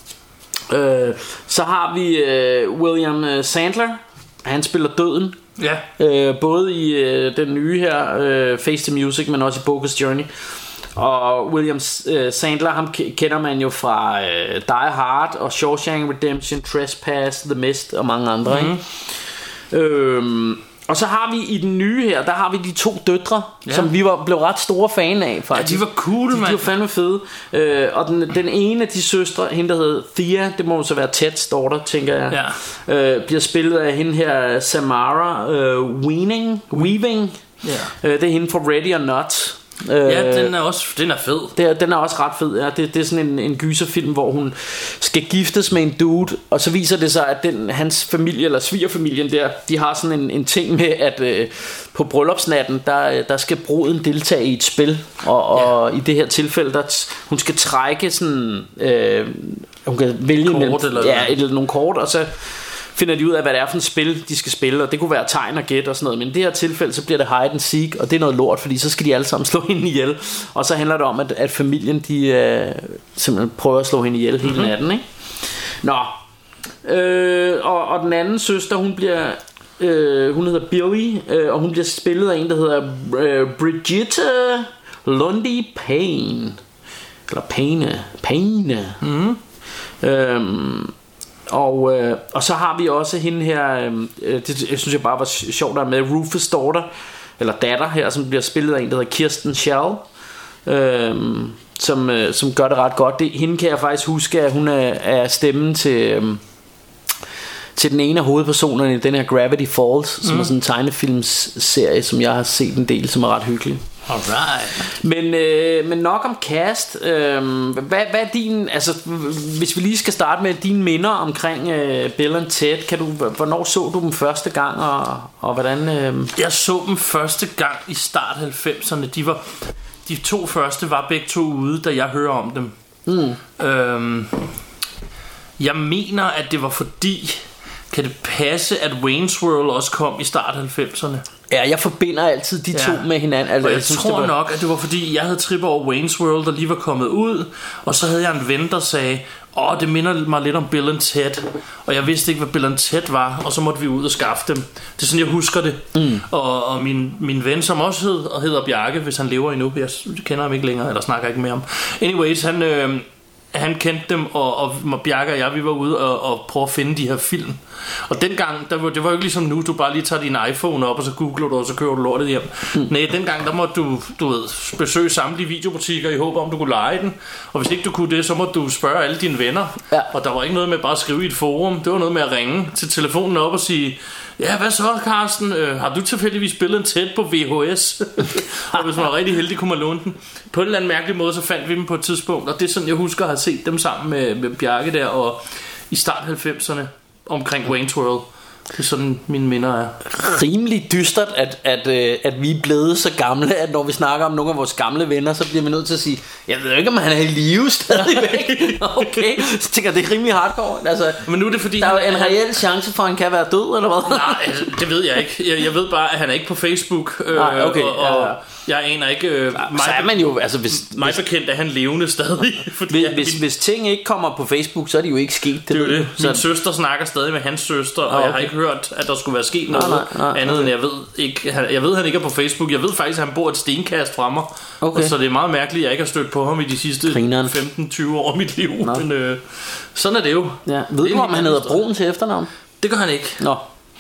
Øh, så har vi øh, William Sandler. Han spiller døden. Ja. Øh, både i øh, den nye her, øh, Face the Music, men også i Bogus Journey. Og William øh, Sandler, ham kender man jo fra øh, Die Hard og Shawshank Redemption, Trespass, The Mist og mange andre, mm-hmm. ikke? Øhm, og så har vi i den nye her, der har vi de to døtre, ja. Som vi var, blev ret store fan af faktisk. Ja, de var cool, mand. De, de var fandme fede. øh, Og den, den ene af de søstre, hende der hedder Thea, det må så være Teds daughter, tænker jeg, ja. øh, bliver spillet af hende her Samara øh, Weaving, Weaving. Ja. øh, Det er hende fra Ready or Not. Ja, den er også, den er fed. Det er, den er også ret fed. Ja, det, det er sådan en, en gyserfilm, hvor hun skal giftes med en dude, og så viser det sig, at den, hans familie, eller svigerfamilien der, de har sådan en, en ting med, at øh, på bryllupsnatten, der, der skal bruden deltage i et spil. Og, og ja. I det her tilfælde, der hun skal trække sådan, øh, hun kan vælge kort, mellem, eller, ja, et, eller nogle kort, og så finder de ud af, hvad det er for et spil, de skal spille. Og det kunne være tegn og gæt og sådan noget. Men i det her tilfælde, så bliver det hide and seek. Og det er noget lort, fordi så skal de alle sammen slå hende ihjel. Og så handler det om, at, at familien, de øh, simpelthen prøver at slå hende ihjel hele mm-hmm. natten, ikke? Nå øh, og, og den anden søster, hun bliver øh, hun hedder Billy, øh, og hun bliver spillet af en, der hedder øh, Brigitte Lundy Payne. Eller Payne Payne mm-hmm. øhm, Og, øh, og så har vi også hende her, øh, det jeg synes jeg bare var sjovt der med, Rufus' daughter, eller datter her, som bliver spillet af en, der hedder Kirsten Schall, øh, som, øh, som gør det ret godt. Det, hende kan jeg faktisk huske, at hun er, er stemmen til, øh, til den ene af hovedpersonerne i den her Gravity Falls, mm. som er sådan en tegnefilmsserie, som jeg har set en del, som er ret hyggelig. Alright. Men, øh, men nok om cast. øh, hvad, hvad er din, altså, hvis vi lige skal starte med dine minder omkring øh, Bill and Ted, kan du, hvornår så du dem første gang, og, og hvordan øh... Jeg så dem første gang i start halvfemserne. De var, de to første var begge to ude, da jeg hører om dem. mm. øhm, Jeg mener, at det var fordi, kan det passe, at Wayne's World også kom i start halvfemserne? Ja, jeg forbinder altid de to ja. med hinanden. Altså, og jeg, jeg synes, tror var... nok, at det var fordi, jeg havde trippet over Wayne's World, der lige var kommet ud. Og så havde jeg en ven, der sagde, åh, det minder mig lidt om Bill and Ted. Og jeg vidste ikke, hvad Bill and Ted var. Og så måtte vi ud og skaffe dem. Det er sådan, jeg husker det. mm. Og, og min, min ven, som også hed, og hedder Bjarke, hvis han lever endnu, jeg kender ham ikke længere, eller snakker ikke mere om. Anyways, han... Øh, han kendte dem, og, og Bjarke og jeg, vi var ude og, og prøve at finde de her film. Og dengang, der var, det var jo ikke ligesom nu, du bare lige tager din iPhone op, og så googler du, og så kører du lortet hjem. mm. Nej, dengang, der måtte du, du ved, besøge samtlige videobutikker i håb om, du kunne lege den. Og hvis ikke du kunne det, så måtte du spørge alle dine venner. ja. Og der var ikke noget med bare at skrive i et forum. Det var noget med at ringe til telefonen op og sige, ja, hvad så, Carsten? Øh, har du tilfældigvis spillet en tæt på V H S? Og hvis man var rigtig heldig, kunne man låne den. På en eller anden mærkelig måde, så fandt vi dem på et tidspunkt. Og det er sådan, jeg husker at have set dem sammen med, med Bjarke der, og i start halvfemserne omkring Wayne's World. Det er sådan mine minder er. Rimelig dystert at, at, at vi er blevet så gamle, at når vi snakker om nogle af vores gamle venner, så bliver vi nødt til at sige, jeg ved ikke om han er i live stadigvæk. Okay, så tænker jeg, det er rimelig hardcore. Altså, men nu er det fordi, der er jo en reel chance for, at han kan være død, eller hvad? Nej, det ved jeg ikke. Jeg, jeg ved bare, at han er ikke på Facebook. øh, Nej, okay, og, og ja. Jeg aner ikke øh, mig, så er man jo, altså hvis, mig bekendt er han levende stadig. Hvis, hvis, hvis ting ikke kommer på Facebook, så er de jo ikke sket. Det er jo det. Min så... søster snakker stadig med hans søster, og okay. Jeg har ikke hørt, at der skulle være sket noget nej, nej, nej, andet end jeg ved ikke. Han, jeg ved, han ikke er på Facebook. Jeg ved faktisk, at han bor et stenkast fra mig. Okay. Så det er meget mærkeligt, at jeg ikke har stødt på ham i de sidste femten tyve år af mit liv. Nå. Men øh, sådan er det jo. Ja. Ved du, om han hedder Broen til efternavn? Det gør han ikke. Nå.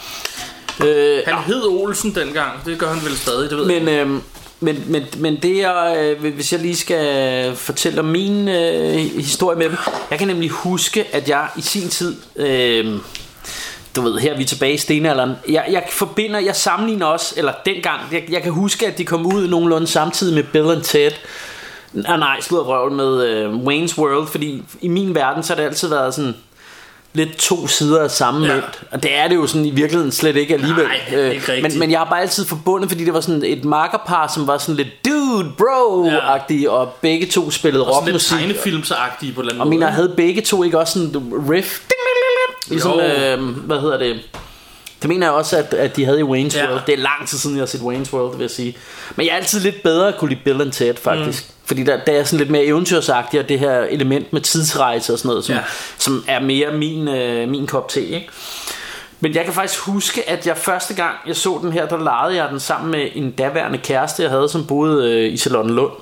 Øh, han ja. hed Olsen dengang. Det gør han vel stadig, det ved men, jeg. Øh, Men, men, men det jeg, øh, hvis jeg lige skal fortælle om min øh, historie med dem. Jeg kan nemlig huske, at jeg i sin tid, øh, du ved, her er vi tilbage i stenalderen, jeg, jeg forbinder, jeg sammenligner også, eller dengang, jeg, jeg kan huske, at de kom ud nogenlunde samtidig med Bill and Ted. Ah, nej, slået røvel med øh, Wayne's World, fordi i min verden, så har det altid været sådan lidt to sider af samme mønt. Ja. Og det er det jo sådan i virkeligheden slet ikke alligevel. Nej, ikke men, men jeg har bare altid forbundet, fordi det var sådan et makkerpar, som var sådan lidt dude dude, bro-agtige, ja. Og begge to spillede rockmusik. Og sådan lidt tegnefilmsagtige på den måde. Og mener, havde begge to ikke også sådan riff? Ligesom, øh, hvad hedder det? Det mener jeg også, at, at de havde i Wayne's ja. World. Det er lang tid siden, jeg har set Wayne's World, vil jeg sige. Men jeg er altid lidt bedre at kunne lide Bill and Ted, faktisk. Mm. Fordi der, der er sådan lidt mere eventyrsagtigt, og det her element med tidsrejse og sådan noget, som, ja. som er mere min, øh, min kop te, ikke? Men jeg kan faktisk huske, at jeg første gang, jeg så den her, der legede jeg den sammen med en daværende kæreste, jeg havde, som boede øh, i Charlottenlund.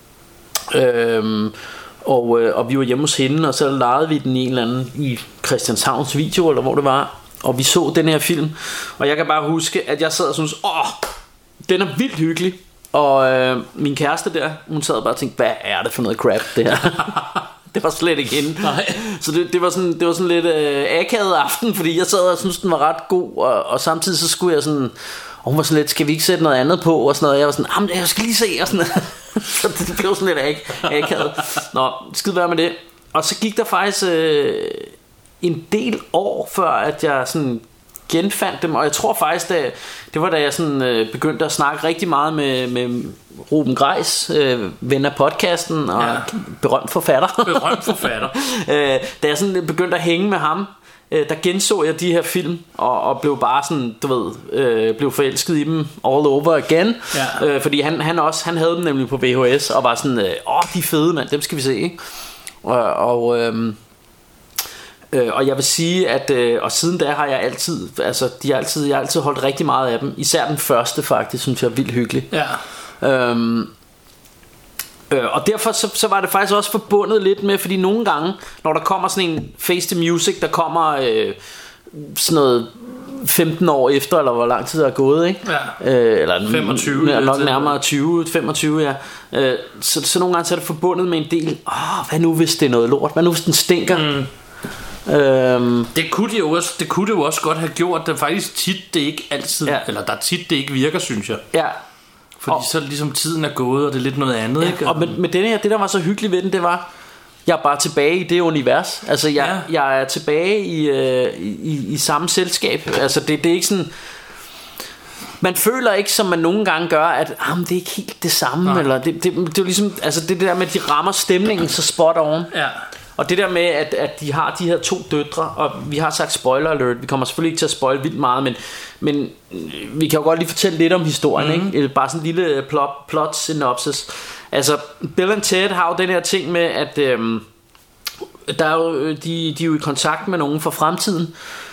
Øhm, og, øh, og vi var hjemme hos hende, og så legede vi den i en eller anden, i Christianshavns Video, eller hvor det var. Og vi så den her film, og jeg kan bare huske, at jeg sad og syntes, åh, den er vildt hyggelig. Og øh, min kæreste der, hun sad bare og tænkte, hvad er det for noget crap, det her? Det var slet ikke hende. Nej. Så det, det, var sådan, det var sådan lidt øh, akavet aften, fordi jeg sad og syntes, den var ret god, og, og samtidig så skulle jeg sådan, og hun var sådan lidt, skal vi ikke sætte noget andet på, og sådan noget, og jeg var sådan, jamen jeg skal lige se, og sådan så det blev sådan lidt ak- akavet. Nå, skide være med det. Og så gik der faktisk øh, en del år, før at jeg sådan genfandt dem, og jeg tror faktisk, da, det var da jeg sådan, øh, begyndte at snakke rigtig meget med, med Ruben Greis, øh, ven af podcasten og ja. berømt forfatter. Berømt forfatter. øh, da jeg sådan begyndte at hænge med ham, øh, der genså jeg de her film og, og blev bare sådan, du ved, øh, blev forelsket i dem all over again. Ja. Øh, fordi han, han også, han havde dem nemlig på V H S og var sådan, øh, åh, de er fede, mand, dem skal vi se, ikke? Og, og øh, Øh, og jeg vil sige at øh, og siden da har jeg altid altså de har altid jeg har altid holdt rigtig meget af dem. Især den første faktisk synes jeg er vildt hyggelig. Ja. Øhm, øh, og derfor så, så var det faktisk også forbundet lidt med, fordi nogle gange når der kommer sådan en Face the Music, der kommer øh, sådan noget femten år efter, eller hvor lang tid der er gået, ikke? Ja. Øh, eller femogtyve, nok nærmere tyve femogtyve, ja. Øh, så, så nogle gange så er det forbundet med en del. Åh, hvad nu hvis det er noget lort? Hvad nu hvis den stinker? Mm. Øhm. Det kunne det jo også, det kunne det jo også godt have gjort. Det er faktisk tit det ikke altid, ja. Eller der er tit det ikke virker, synes jeg. Ja. Fordi og, så ligesom tiden er gået, og det er lidt noget andet, ja, ikke? Og med, med denne her, det der var så hyggeligt ved den, det var, jeg er bare tilbage i det univers. Altså jeg, ja. jeg er tilbage i, øh, i, i samme selskab. Altså det, det er ikke sådan, man føler ikke som man nogle gange gør, at ah, det er ikke helt det samme. Nej. Eller det, det, det, det er ligesom, altså det der med, at de rammer stemningen så spot on. Ja. Og det der med at, at de har de her to døtre, og vi har sagt spoiler alert, vi kommer selvfølgelig ikke til at spoil vildt meget, men, men vi kan jo godt lige fortælle lidt om historien, mm-hmm. ikke? Bare sådan en lille plot, plot synopsis. Altså Bill and Ted har jo den her ting med at øhm, der er jo, de, de er jo i kontakt med nogen fra fremtiden,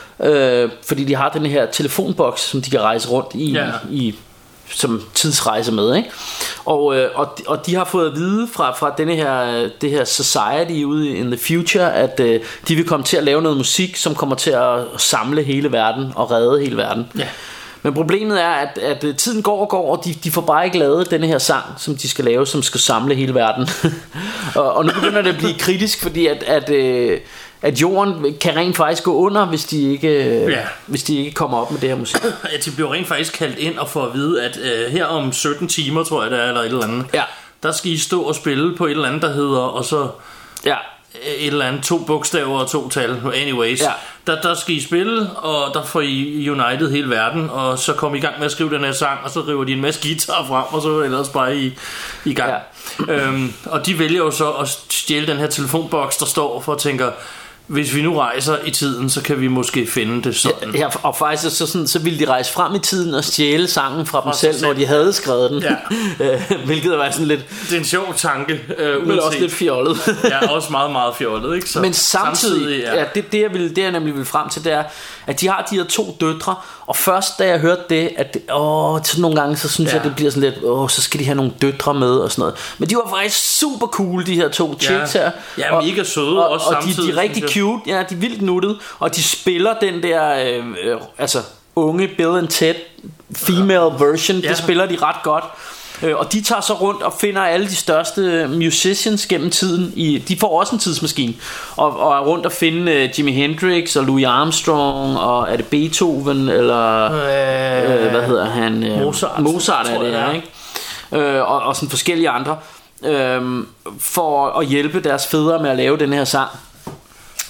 øh, fordi de har den her telefonboks, som de kan rejse rundt i, yeah. i som tidsrejse med, ikke? Og, øh, og, og de har fået at vide fra, fra denne her, det her society ude in the future, at øh, de vil komme til at lave noget musik, som kommer til at samle hele verden og redde hele verden. Ja. Men problemet er, at, at tiden går og går, og de, de får bare ikke lavet denne her sang, som de skal lave, som skal samle hele verden. og, og nu begynder det at blive kritisk, fordi at, at, øh, at jorden kan rent faktisk gå under, hvis de ikke, øh, ja. hvis de ikke kommer op med det her musik. Ja, de bliver rent faktisk kaldt ind og får at vide, at øh, her om sytten timer, tror jeg det er, eller et eller andet, ja. Der skal I stå og spille på et eller andet, der hedder, og så... Ja. Et eller andet, to bogstaver og to tal. Anyways, ja. der, der skal I spille, og der får I united hele verden, og så kommer I i gang med at skrive den her sang, og så river de en masse guitar frem, og så ellers bare i, i gang. Ja. øhm, og de vælger jo så at stjæle den her telefonboks, der står for at tænke, hvis vi nu rejser i tiden, så kan vi måske finde det sådan. Ja, og faktisk så, sådan, så ville de rejse frem i tiden og stjæle sangen fra dem selv, selv, når de havde skrevet den. Ja. Hvilket var sådan lidt... Det er en sjov tanke. Øh, men også lidt fjollet. Ja, også meget, meget fjollet, ikke? Så men samtidig, samtidig ja. Ja, det, det, jeg ville, det jeg nemlig ville frem til, det er, at de har de her to døtre, og først da jeg hørte det, at det, åh, så nogle gange, så synes ja. jeg, det bliver sådan lidt, åh, så skal de have nogle døtre med og sådan noget. Men de var faktisk super cool, de her to chicks ja. her. Ja, mega søde og, også og samtidig. Og de, de er rigtig cute, ja, de er vildt nuttede, og de spiller den der, øh, øh, altså unge Bill and Ted female version, ja. Det spiller de ret godt. Og de tager så rundt og finder alle de største musicians gennem tiden i, de får også en tidsmaskine og, og er rundt og finde uh, Jimi Hendrix og Louis Armstrong, og er det Beethoven eller øh, øh, hvad hedder han, Mozart, Mozart er det, ja, ikke? Øh, og, og sådan forskellige andre, øh, for at hjælpe deres fædre med at lave den her sang.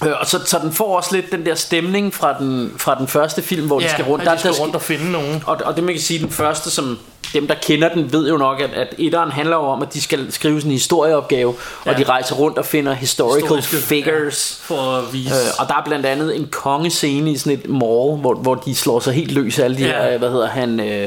Og så, så den får også lidt den der stemning fra den, fra den første film, hvor ja, de skal rundt. de der, skal der, rundt og finde nogen. Og, og det man kan sige, den første, som dem der kender den, ved jo nok, at, at etteren handler jo om, at de skal skrive sådan en historieopgave, ja. Og de rejser rundt og finder historical Historiske, figures, ja, for at vise. øh, Og der er blandt andet en kongescene i sådan et mall, hvor, hvor de slår sig helt løs af alle de ja. her, hvad hedder han... Øh,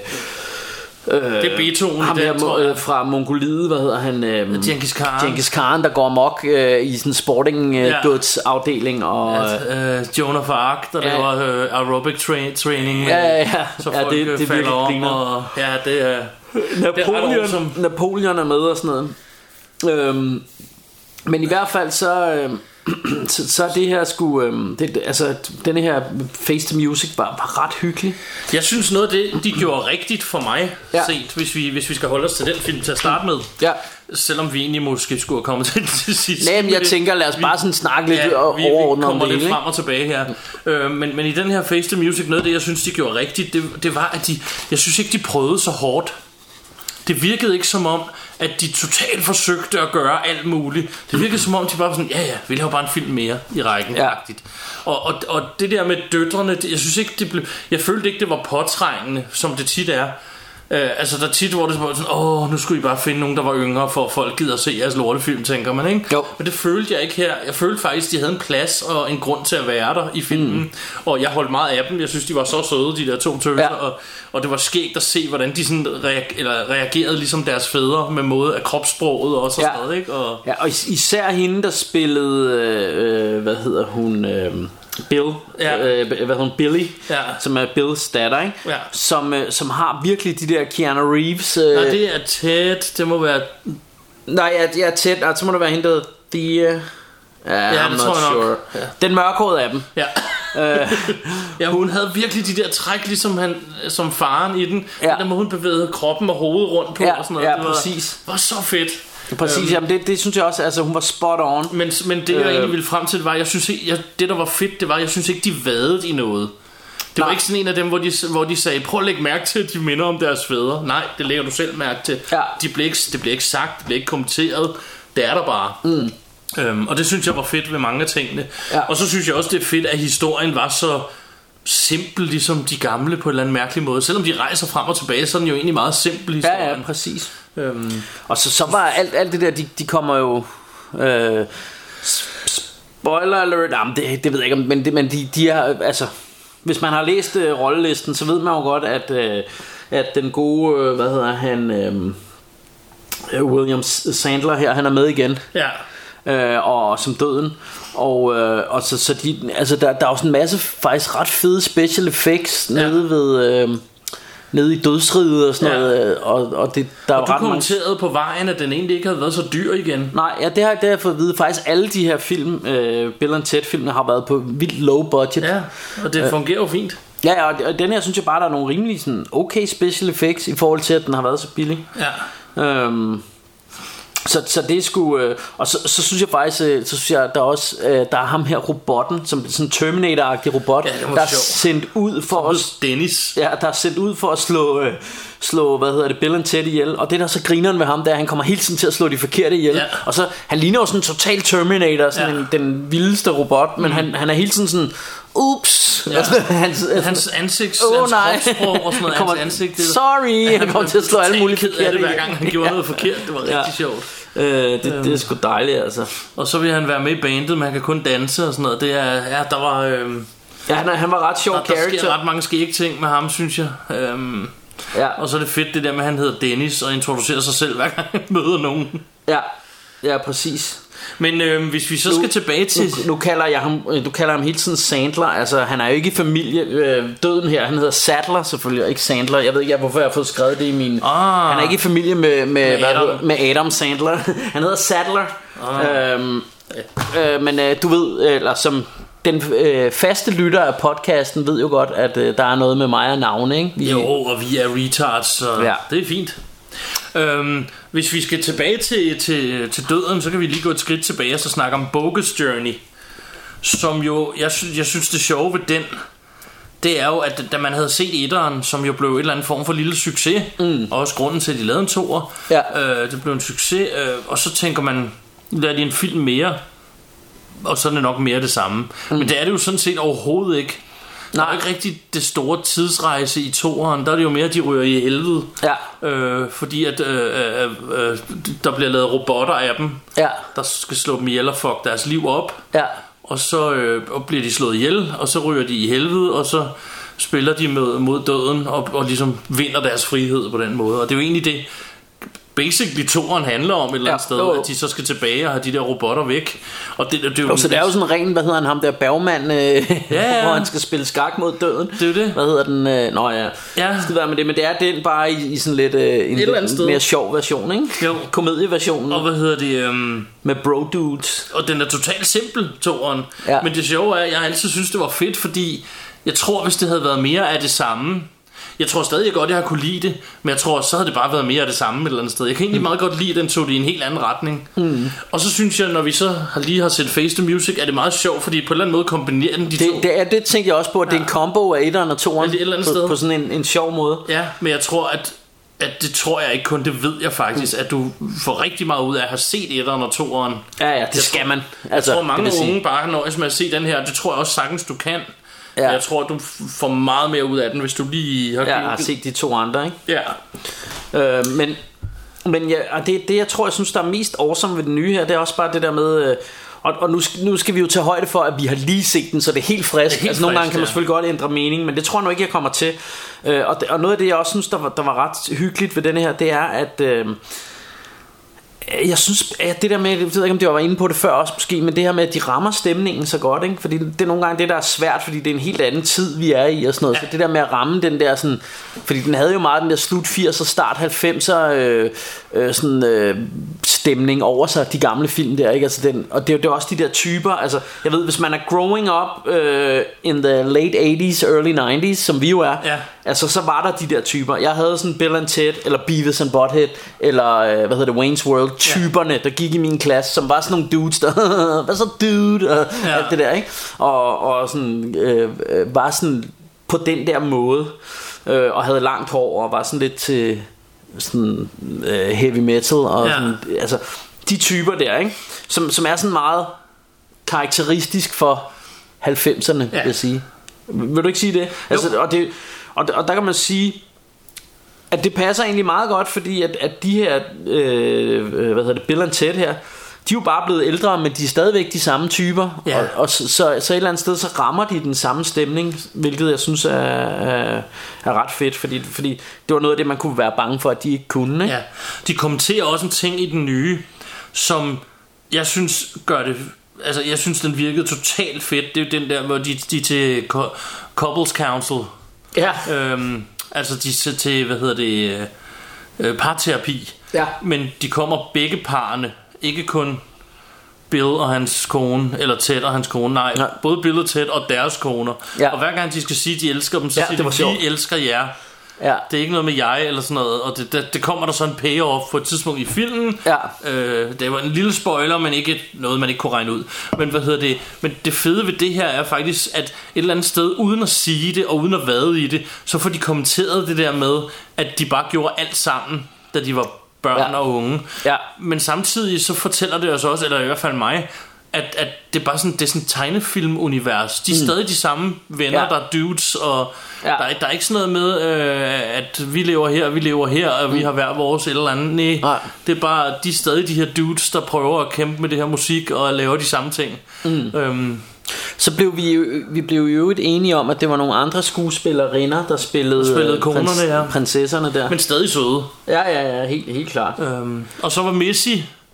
Øh, det er Beethoven ham der, der, øh, fra Mongoliet, hvad hedder han? Øh, Genghis Khan. Genghis Khan, der går amok øh, i sådan en sporting øh, ja. goods afdeling og ja, øh, Joan of Arc, der ja. laver øh, aerobic tra- training. Ja, ja, ja. Så ja, folk det, det, det falder om og, ja, det er Napoleon, det er som... Napoleon er med og sådan noget. Øhm, men i hvert fald så øh, så, så det her skulle øh, det, altså denne her Face the Music var, var ret hyggelig. Jeg synes noget af det de gjorde rigtigt for mig ja. set, hvis vi hvis vi skal holde os til den film til at starte med. Ja. Selvom vi egentlig måske skulle have kommet til til sidst. Nej, men jeg tænker lad os bare sådan snakke lidt ja, overordnet om det. Vi kommer lidt frem og tilbage her. Øh, men men i den her Face the Music, noget af det jeg synes de gjorde rigtigt, det det var at de jeg synes ikke de prøvede så hårdt. Det virkede ikke som om at de totalt forsøgte at gøre alt muligt. Det virkede som om de bare sådan, ja ja, vi laver bare en film mere i rækken, ja. og, og, og det der med døtrene, det, jeg synes ikke det blev, jeg følte ikke det var påtrængende, som det tit er. Uh, altså der tit hvor det var sådan, åh, nu skulle I bare finde nogen der var yngre, for folk gider at se jeres lortefilm, tænker man, ikke? Jo. Men det følte jeg ikke her. Jeg følte faktisk de havde en plads og en grund til at være der i filmen, mm. og jeg holdt meget af dem. Jeg synes de var så søde, de der to tøser, ja. og, og det var skægt at se hvordan de sådan reager- eller reagerede ligesom deres fædre med måde af kropssproget og så ja. stadig, ikke? Og ja, og især hende der spillede øh, hvad hedder hun øh, Bill, ja. øh, hvad hedder hun, Billy, ja. som er Bills datter, ikke? Ja. Som, øh, som har virkelig de der Keanu Reeves. Øh... Nej, det er Ted. Det må være. Nej, ja, ja Ted. Altså, så må det være hende der Thea. Ja, ja det tror jeg sure. nok. Ja. Den mørkhårede af dem. Ja. ja, hun havde virkelig de der træk, ligesom han, som faren i den. Ja. Der må hun bevæge kroppen og hovedet rundt på ja, og sådan noget. Ja, det var, præcis. var så fedt. Præcis, øhm, jamen det, det synes jeg også, altså hun var spot on. Men, men det jeg øh, egentlig ville frem til, det var, jeg synes ikke, jeg, det der var fedt, det var, jeg synes ikke de vadede i noget. Det Nej. var ikke sådan en af dem, hvor de, hvor de sagde, prøv at lægge mærke til, at de minder om deres fædre. Nej, det lægger du selv mærke til. Ja. De blev ikke, det blev ikke sagt, det blev ikke kommenteret. Det er der bare. Mm. øhm, Og det synes jeg var fedt ved mange af tingene. Ja. Og så synes jeg også, det er fedt, at historien var så simpel, ligesom de gamle på en eller anden mærkelig måde. Selvom de rejser frem og tilbage, så er den jo egentlig meget simpel historien. Ja, ja, præcis. øhm. Og så, så var alt, alt det der, de, de kommer jo øh, spoiler alert. Jamen, det, det ved jeg ikke, men, det, men de, de er altså, hvis man har læst øh, rollelisten, så ved man jo godt, at, øh, at den gode, øh, hvad hedder han, øh, William Sandler her, han er med igen. Ja. Øh, og som døden. Og, øh, og så, så de, altså der, der er jo sådan en masse faktisk ret fede special effects nede ja. ved øh, nede i dødsriget og sådan ja. noget. Og, og, det, der og er du ret kommenterede mange... på vejen, at den egentlig ikke havde været så dyr igen. Nej, ja, det har, det har jeg fået at vide. Faktisk alle de her film, øh, Bill and Ted filmene, har været på vildt low budget. Ja, og det øh. fungerer jo fint. Ja, og, og den her synes jeg bare, der er nogle rimelig sådan, okay special effects i forhold til, at den har været så billig. Ja. Øhm, Så, så det skulle øh, og så, så synes jeg faktisk øh, så synes jeg der er også øh, der er ham her robotten som sådan en Terminator-agtig robot, ja, der er sendt ud for at Dennis. Ja, der er sendt ud for at slå øh, slå hvad hedder det Bill and Ted ihjel. Og det der så grineren ved ham, der han kommer hele tiden til at slå de forkerte ihjel. Ja. Og så han ligner jo sådan en total Terminator, sådan ja. en, den vildeste robot, men mm. han han er hele tiden sådan ups. Ja. Altså, hans, hans ansigts oh, hans kropssprog og sådan noget, kommer, hans ansigt. Det, sorry, han, han kommer til at slå alle mulige forkerte det, hver gang han gjorde ja. noget forkert. Det var rigtig ja. sjovt. Øh, det, det er sgu dejligt altså. Og så vil han være med i bandet, men han kan kun danse og sådan noget. Det er, ja, der var øh, ja, han, han var ret sjov der, character. Der sker ret mange skægge ting med ham, synes jeg. øhm, ja. Og så er det fedt det der med, at han hedder Dennis og introducerer sig selv, hver gang han møder nogen. Ja, ja præcis. Men øh, hvis vi så skal nu, tilbage til nu, nu kalder jeg ham du kalder ham hele tiden Sandler. Altså han er jo ikke i familie øh, døden her. Han hedder Sattler selvfølgelig, og ikke Sandler. Jeg ved ikke hvorfor jeg har fået skrevet det i min ah, han er ikke i familie med, med, med, Adam. Hvad, med Adam Sandler. Han hedder Sattler. ah. øhm, øh, Men øh, du ved, eller som den øh, faste lytter af podcasten ved jo godt, at øh, der er noget med mig og navne, ikke? Vi, jo, og vi er retards, så ja. det er fint. Øhm, hvis vi skal tilbage til, til, til døden, så kan vi lige gå et skridt tilbage og så snakke om Bogus Journey, som jo, jeg, jeg synes det sjove ved den, det er jo, at da man havde set etteren, som jo blev et eller andet form for lille succes, mm. og også grunden til at de lavede en toer, ja. øh, det blev en succes, øh, og så tænker man, lad de en film mere, og så er det nok mere det samme. Mm. Men det er det jo sådan set overhovedet ikke. Der Nej. er ikke rigtig det store tidsrejse i toeren. Der er det jo mere, at de ryger i helvede. Ja. øh, Fordi at øh, øh, øh, der bliver lavet robotter af dem, Ja. der skal slå dem ihjel og fuck deres liv op. Ja. Og så øh, og bliver de slået ihjel, og så ryger de i helvede, og så spiller de mod, mod døden og, og ligesom vinder deres frihed på den måde. Og det er jo egentlig det basically toeren handler om et eller andet Ja, sted, jo, jo. at de så skal tilbage og have de der robotter væk. Og det, det, det er jo, Så det er jo sådan ren, hvad hedder han, ham der Bergman, øh, ja, ja. hvor han skal spille skak mod døden. Det er jo det. Hvad hedder den? Øh, nå ja, Ja. skal være med det, men det er den bare i, i sådan lidt øh, en eller andet lidt sted. mere sjov version, ikke? Jo. Komedieversionen Og hvad hedder det? Øhm, med bro dudes. og den er totalt simpel, toeren. Ja. Men det sjove er, at jeg altid synes, det var fedt, fordi jeg tror, hvis det havde været mere af det samme. Jeg tror stadig godt, jeg har kunne lide det, men jeg tror, så havde det bare været mere af det samme et eller andet sted. Jeg kan egentlig meget godt lide, at den tog det i en helt anden retning. Mm. Og så synes jeg, når vi så har lige har set Face the Music, er det meget sjovt, fordi på en eller anden måde kombinerer den de Det, to. det, er, det tænkte jeg også på, at ja. det er en combo af etteren og toeren Ja, det er et eller andet på, sted. på sådan en, en sjov måde. Ja, men jeg tror, at, at det tror jeg ikke kun, det ved jeg faktisk, mm. at du får rigtig meget ud af at have set etteren og toeren. Ja, ja, det Jeg skal tror- man. Altså, jeg tror, mange det vil sige. unge bare nøjes med at se den her. Det tror jeg også sagtens, du kan. Ja. Men jeg tror, at du f- får meget mere ud af den, hvis du lige har, Jeg har set de to andre, ikke? Ja. Øh, men men ja, og det, det jeg tror jeg synes der er mest awesome ved den nye her, det er også bare det der med øh, og, og nu, skal, nu skal vi jo tage højde for, at vi har lige set den, så det er helt frisk. Det er helt Altså nogle frisk, gange kan man ja. selvfølgelig godt ændre mening, men det tror jeg nu ikke jeg kommer til. øh, og, det, og noget af det jeg også synes der var, der var ret hyggeligt ved denne her, det er at øh, jeg synes, at det der med, jeg ved ikke om det var inde på det før også måske, men det her med, at de rammer stemningen så godt, ikke? Fordi det er nogle gange det, der er svært, fordi det er en helt anden tid, vi er i og sådan noget. Ja. Så det der med at ramme den der sådan, fordi den havde jo meget den der slut firser, start halvfemser øh, øh, sådan øh, stemning over sig, de gamle film der, ikke? Altså den, og det er jo det er også de der typer, altså jeg ved, hvis man er growing up øh, in the late eighties, early nineties, som vi jo er, Ja. altså så var der de der typer. Jeg havde sådan Bill and Ted, eller Beavis and Butthead, eller øh, hvad hedder det, Wayne's World, typerne, ja. der gik i min klasse, som var sådan nogle dudes, der hvad så dude, og ja. alt det der, ikke? Og, og sådan, øh, øh, var sådan på den der måde, øh, og havde langt hår, og var sådan lidt til sådan øh, heavy metal, og Ja. sådan, altså, de typer der, ikke? Som, som er sådan meget karakteristisk for halvfemserne, Ja. vil jeg sige. Vil du ikke sige det? Altså, og, det og, og der kan man sige, at det passer egentlig meget godt, fordi at, at de her øh, hvad hedder det, Bill and Ted her, de er jo bare blevet ældre, men de er stadigvæk de samme typer. Ja. Og, og så, så, så et eller andet sted, så rammer de den samme stemning, hvilket jeg synes er, er, er ret fedt, fordi, fordi det var noget af det, man kunne være bange for, at de ikke kunne, ikke? Ja. De kommenterer også en ting i den nye, som jeg synes gør det. Altså jeg synes den virkede totalt fedt. Det er jo den der, hvor de, de til co- Couples Council, Ja. øhm, altså de til, til hvad hedder det, øh, parterapi. Ja. Men de kommer begge parerne, ikke kun Bill og hans kone, eller Ted og hans kone. Nej, Nej. både Bill og Ted og deres koner. Ja. Og hver gang de skal sige at de elsker dem, så Ja, siger det var de, sjovt. vi elsker jer. Ja. Det er ikke noget med jeg eller sådan noget. Og det, det, det kommer der så en payoff på et tidspunkt i filmen. Ja. øh, Det var en lille spoiler, men ikke noget man ikke kunne regne ud. Men hvad hedder det? Men det fede ved det her er faktisk, at et eller andet sted, uden at sige det og uden at vade i det, så får de kommenteret det der med, at de bare gjorde alt sammen, da de var børn Ja. og unge. Ja. Men samtidig så fortæller det os også, eller i hvert fald mig, at, at det er bare sådan, det er sådan et tegnefilmunivers. De er mm. stadig de samme venner, Ja. der er dudes, og Ja. der, er, der er ikke sådan noget med, øh, at vi lever her, vi lever her, og vi har hver vores et eller andet. Nej, Nej. det er bare, de er stadig de her dudes, der prøver at kæmpe med det her musik og laver de samme ting. Mm. Øhm, Så blev vi jo, vi blev jo øvrigt enige om, at det var nogle andre skuespillerinder, der spillede, Der spillede øh, konerne, ja. prinsesserne der. men stadig søde. Ja, ja, ja, helt, helt klart. Øhm, og så var Missy,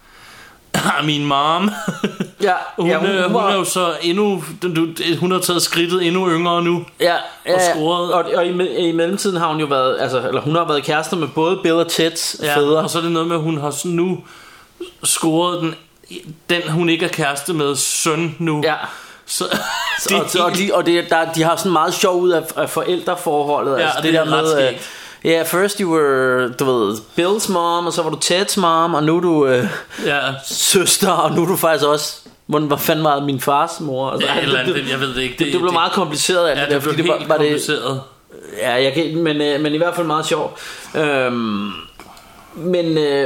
min mom. Ja, Hun, ja, hun, øh, hun var- er jo så endnu, hun har taget skridtet endnu yngre nu. Ja, ja, og ja. scoret. Og, og i, me- i mellemtiden har hun jo været, altså, eller hun har været kærester med både Bill og Teds Ja, fædre. og så er det noget med, at hun har sådan nu scoret den, den hun ikke er kæreste med, søn nu. Ja. Så, Det, og, og, de, og det, der, de har sådan meget sjov ud af, af forældreforholdet. Ja, altså, det er ret øh, skægt. Ja, yeah, first you were, du ved, Bills mom, og så var du Teds mom, og nu er du øh, ja, søster, og nu er du faktisk også, hvordan, hvad fanden var min fars mor? Altså, ja, et eller andet, det, jeg ved det ikke. det, det blev meget kompliceret af ja, det der, det blev fordi helt det var, var det, kompliceret. ja, jeg kan, men, øh, men i hvert fald meget sjovt. Øhm, men, øh,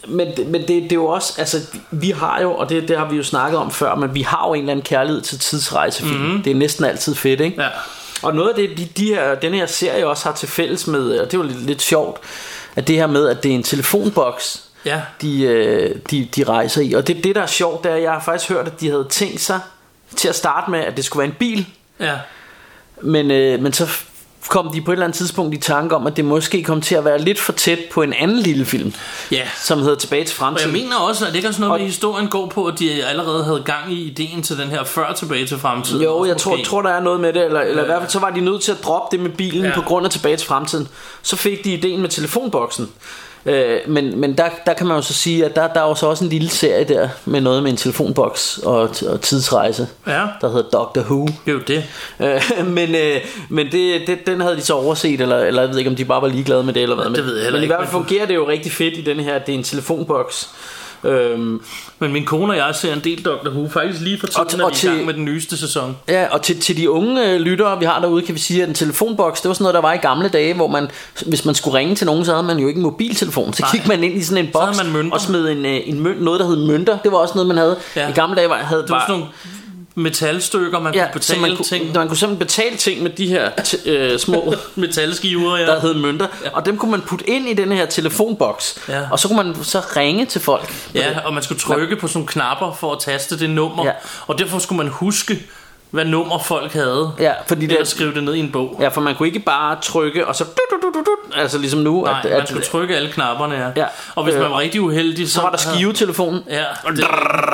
men, men det, det er jo også, altså vi har jo, og det, det har vi jo snakket om før, men vi har jo en eller anden kærlighed til tidsrejsefilm. Mm-hmm. Det er næsten altid fedt, ikke? Ja. Og noget af det, de, de her, den her serie også har til fælles med, og det er jo lidt, lidt sjovt, at det her med, at det er en telefonboks, ja. de, de, de rejser i. Og det, det der er sjovt, det er, at jeg har faktisk hørt, at de havde tænkt sig til at starte med, at det skulle være en bil. Ja. Men, øh, men så kom de på et eller andet tidspunkt i tanke om, at det måske kom til at være lidt for tæt på en anden lille film, ja. som hedder Tilbage til fremtiden. Og jeg mener også, at det kan sådan noget med historien går på, at de allerede havde gang i ideen til den her før Tilbage til fremtiden. Jo, jeg tror, tror der er noget med det, eller, eller ja. i hvert fald så var de nødt til at droppe det med bilen ja. på grund af Tilbage til fremtiden. Så fik de ideen med telefonboksen. Øh, men men der, der kan man jo så sige, at der, der er jo så også en lille serie der med noget med en telefonboks og, og tidsrejse, ja. der hedder Doctor Who. Det er jo det. øh, Men, øh, men det, det, den havde de så overset, eller, eller jeg ved ikke om de bare var ligeglade med det eller hvad. Det ved jeg heller men ikke. i hvert fald fungerer det jo rigtig fedt i denne her, at det er en telefonboks. Øhm, Men min kone og jeg ser en del Doctor Who. Faktisk lige for tiden er vi i gang med den nyeste sæson. Ja, og til, til de unge øh, lyttere vi har derude, kan vi sige, at en telefonboks, det var sådan noget der var i gamle dage, hvor man, hvis man skulle ringe til nogen, så havde man jo ikke en mobiltelefon. Så gik man ind i sådan en boks og smed en, en mønt, noget der hed mønter. Det var også noget man havde ja. i gamle dage var, havde det var sådan nogle metalstykker man ja, kunne betale man kunne, ting. Man kunne simpelthen betale ting med de her t- øh, små metalskiver, ja. der hed mønter, ja. og dem kunne man putte ind i den her telefonboks, ja. og så kunne man så ringe til folk. Ja, og man skulle trykke på sådan nogle knapper for at taste det nummer, ja. og derfor skulle man huske hvad nummer folk havde, ja, fordi eller skrive det ned i en bog. Ja, for man kunne ikke bare trykke og så altså ligesom nu. Nej, at, man at, skulle trykke alle knapperne, ja. ja. Og hvis man var rigtig uheldig, så, så var der skivetelefonen. Ja. Det,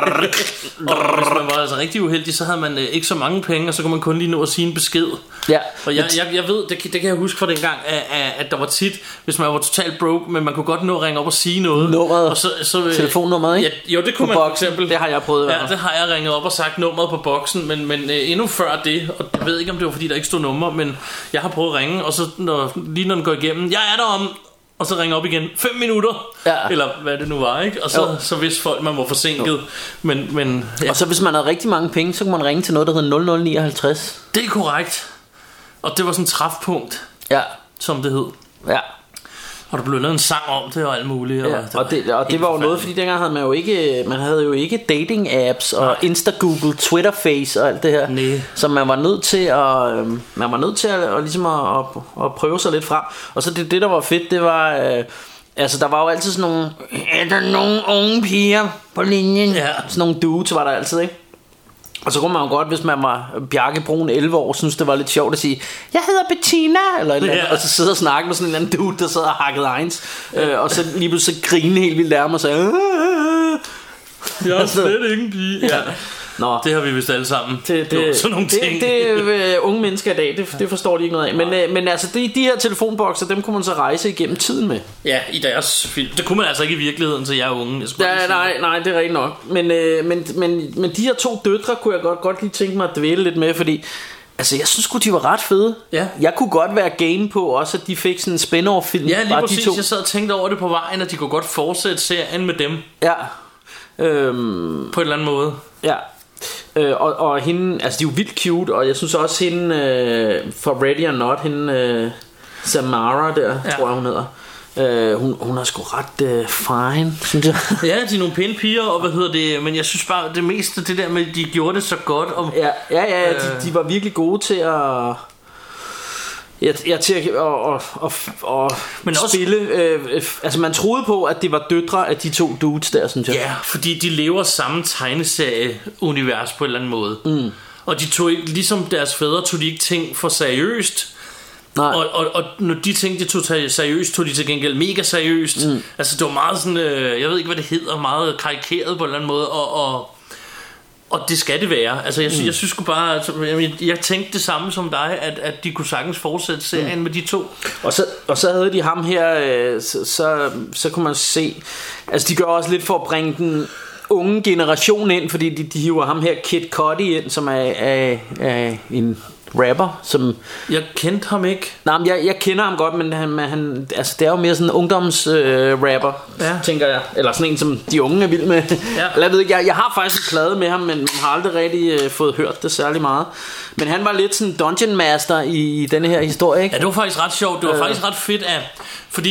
og hvis man var altså rigtig uheldig, så havde man øh, ikke så mange penge, og så kunne man kun lige nå at sige en besked. Ja. Og jeg, jeg, jeg ved, det, det kan jeg huske fra dengang, at, at der var tit, hvis man var totalt broke, men man kunne godt nå at ringe op og sige noget. Nummeret, og så, så, telefonnummeret, ikke? Ja, jo, det kunne på man boksen. For eksempel. Det har jeg prøvet. Ja, det har jeg ringet op og sagt nummeret på boksen, men, men øh, endnu før det, og jeg ved ikke om det var fordi der ikke stod nummer, men jeg har prøvet at ringe, og så når, lige når den går igennem, jeg er der om, og så ringer op igen, fem minutter, ja. eller hvad det nu var, ikke? Og så, så vidste folk, man var forsinket. Men, men, ja. Og så hvis man havde rigtig mange penge, så kunne man ringe til noget, der hedder nul nul nioghalvtreds. Det er korrekt. Og det var sådan et træfpunkt, ja. som det hed. Ja. Og der blev lavet en sang om det og alt muligt. Ja, og det, og det, og det var jo noget, fordi dengang havde man jo ikke, man havde jo ikke dating apps og Insta, Google, Twitter, Face og alt det her. Nej. Så man var nødt til at, man var nødt til at, at ligesom at, at, at prøve sig lidt frem. Og så det, det der var fedt, det var, øh, altså der var jo altid sådan nogle, er der nogle unge piger på linjen? Ja. Sådan nogle dudes var der altid, ikke? Og så kunne man jo godt, hvis man var Bjarke Brun elleve år, synes det var lidt sjovt at sige, jeg hedder Bettina, eller, eller ja. og så sidde og snakke med sådan en eller anden dude, der sidder og hakket eins, øh, og så lige pludselig grine helt vildt nærmere og sige, jeg er slet ikke en pige. Ja. Nå. Det har vi vist alle sammen. Det, det, sådan nogle det, ting. det er uh, unge mennesker i dag. Det, det forstår de ikke noget af. Men, uh, men altså de, de her telefonbokser, dem kunne man så rejse igennem tiden med. Ja, i deres film. Det kunne man altså ikke i virkeligheden, så jeg er unge. Jeg ja, nej, nej, det er rigtigt nok. Men, uh, men, men, men de her to døtre kunne jeg godt, godt lige tænke mig at dvæle lidt med, fordi altså jeg synes sgu de var ret fede. Ja. Jeg kunne godt være game på også, at de fik sådan en spin-off film. Ja, lige bare præcis. De to. Jeg sad og tænkte over det på vejen, at de kunne godt fortsætte serien med dem. Ja. Øhm, på en eller anden måde. Ja. Øh, og, og hende, altså de er jo vildt cute. Og jeg synes også hende øh, for Ready or Not, hende øh, Samara der, ja. tror jeg hun hedder, øh, hun, hun er sgu ret øh, fine, synes jeg. Ja, de er nogle pæne piger. Og hvad hedder det, men jeg synes bare det meste det der med de gjorde det så godt og, ja, ja, ja, øh, de, de var virkelig gode til at Jeg, jeg til at og, og, og, og men spille øh, altså man troede på at det var døtre af de to dudes der, synes jeg. Ja, fordi de lever samme tegneserie-univers på en eller anden måde. Mm. Og de tog ikke, ligesom deres fædre, tog de ikke ting for seriøst. Nej. Og, og, og når de ting de tog seriøst, tog de til gengæld mega seriøst. Mm. Altså det var meget sådan øh, jeg ved ikke hvad det hedder, meget karikeret på en eller anden måde. Og, og Og det skal det være. Altså jeg, mm. jeg synes sgu bare altså, jeg, jeg tænkte det samme som dig, at, at de kunne sagtens fortsætte serien mm. med de to. Og så, og så havde de ham her øh, så, så, så kunne man se, altså de gør også lidt for at bringe den unge generation ind, fordi de, de hiver ham her Kid Cudi ind, som er, er, er en rapper, som jeg kendte ham ikke. Nej, men jeg, jeg kender ham godt, men han, han, altså det er jo mere sådan en ungdoms øh, rapper, ja. tænker jeg, eller sådan en som de unge er vild med. Ja. Eller jeg ved ikke, jeg, jeg har faktisk en plade med ham, men har aldrig rigtig øh, fået hørt det særlig meget. Men han var lidt sådan dungeon master i, i denne her historie, ikke? Ja, det var faktisk ret sjovt. Det var øh. faktisk ret fedt af, fordi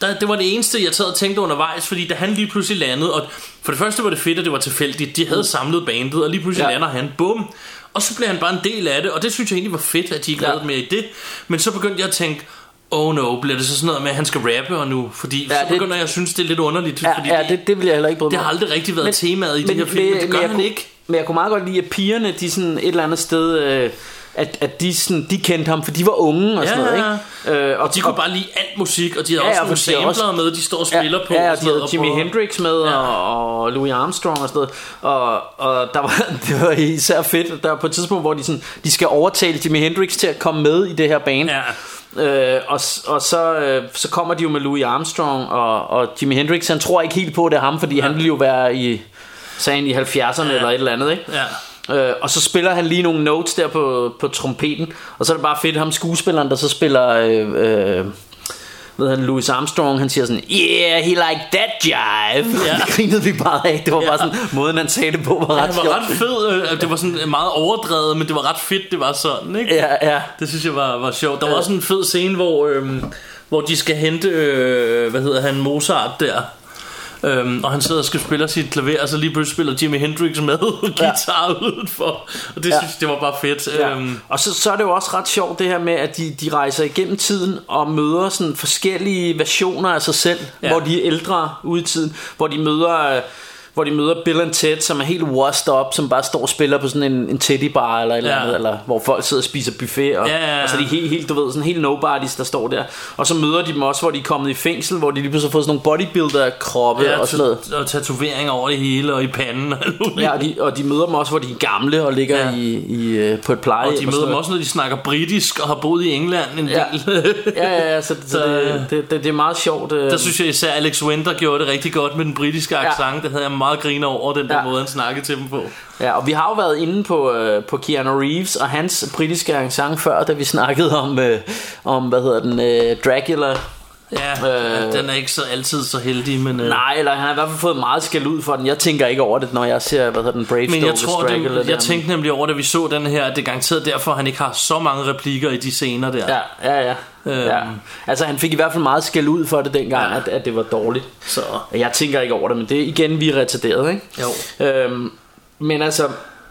der, det var det eneste, jeg sad og tænkte undervejs, fordi da han lige pludselig landede, og for det første var det fedt, at det var tilfældigt. De havde samlet bandet, og lige pludselig ja. lander han, bum. Og så blev han bare en del af det, og det synes jeg egentlig var fedt, at de ikke ja. lavede mere i det. Men så begyndte jeg at tænke, oh no, bliver det så sådan noget med, at han skal rappe og nu? Fordi ja, så begynder det, jeg at synes, det er lidt underligt. Ja, fordi ja det, det vil jeg heller ikke bryde mig. Det har aldrig rigtig været men, temaet i men, de her film, men det gør han kunne, ikke. Men jeg kunne meget godt lide, at pigerne, de sådan et eller andet sted... Øh, At, at de, sådan, de kendte ham, for de var unge og ja, sådan noget, ikke? Øh, og, og de kunne og, bare lide alt musik, og de havde ja, også nogle sampler med, de står og spiller ja, på. Ja, og de havde Jimi på. Hendrix med, ja. og, og Louis Armstrong og sådan noget. Og, og der var, det var især fedt, der var på et tidspunkt, hvor de, sådan, de skal overtale Jimi Hendrix til at komme med i det her band. Ja. Øh, og og så, øh, så kommer de jo med Louis Armstrong, og, og Jimi Hendrix, han tror ikke helt på, at det er ham, fordi ja. han ville jo være i, sagen, i halvfjerdserne ja. eller et eller andet, ikke? Ja. Øh, og så spiller han lige nogle notes der på, på trompeten. Og så er det bare fedt, ham skuespilleren der så spiller øh, øh, ved han, Louis Armstrong, han siger sådan, yeah, he like that jive. Ja. Det grinede vi bare af. Det var ja. bare sådan, måden han sagde det på var ret ja, det var ret fed. Det var sådan meget overdrevet, men det var ret fedt, det var sådan, ikke? Ja, ja. Det synes jeg var, var sjovt. Der var også en fed scene, hvor, øh, hvor de skal hente øh, hvad hedder han, Mozart der. Øhm, og han sidder og skal spille sit klaver, og så lige pludselig spiller Jimi Hendrix med guitar ja. udenfor. Og det ja. synes jeg, det var bare fedt. Ja. Øhm. Og så, så er det jo også ret sjovt det her med, at de, de rejser igennem tiden og møder sådan forskellige versioner af sig selv, ja. hvor de er ældre ude i tiden, hvor de møder... hvor de møder Bill and Ted, som er helt washed up, som bare står og spiller på sådan en, en teddybar eller et eller andet, ja. eller hvor folk sidder og spiser buffet, og, ja, ja, ja. og så er de helt, helt, du ved, sådan helt nobodies, der står der. Og så møder de dem også, hvor de er kommet i fængsel, hvor de lige pludselig har fået sådan nogle bodybuilder-kroppe ja, og sådan noget. Og tatoveringer over det hele, og i panden. Ja, og de, og de møder dem også, hvor de er gamle og ligger ja. i, i, på et pleje. Og de møder dem også, når de snakker britisk og har boet i England en ja. del. ja, ja, ja, så, så det, det, det, det er meget sjovt. Der synes jeg især, Alex Winter gjorde det rigtig godt med den britiske accent. Ja. Det havde jeg meget griner over, den der ja. måde, han snakkede til dem på. Ja, og vi har jo været inde på, øh, på Keanu Reeves og hans britiske accent før, da vi snakkede om, øh, om hvad hedder den, øh, Dracula. Ja, øh, den er ikke så altid så heldig, men øh, nej, eller han har i hvert fald fået meget skæld ud for den. Jeg tænker ikke over det, når jeg ser, hvad hedder den, Brave men jeg tror, Dracula. Det, jeg tænkte nemlig over, da vi så den her, at det er garanteret derfor, han ikke har så mange replikker i de scener der. Ja, ja, ja. Øhm. ja. Altså han fik i hvert fald meget skæld ud for det dengang, ja. at, at det var dårligt. Så jeg tænker ikke over det, men det er igen, vi er retarderet, ikke? Jo. Øhm, men altså,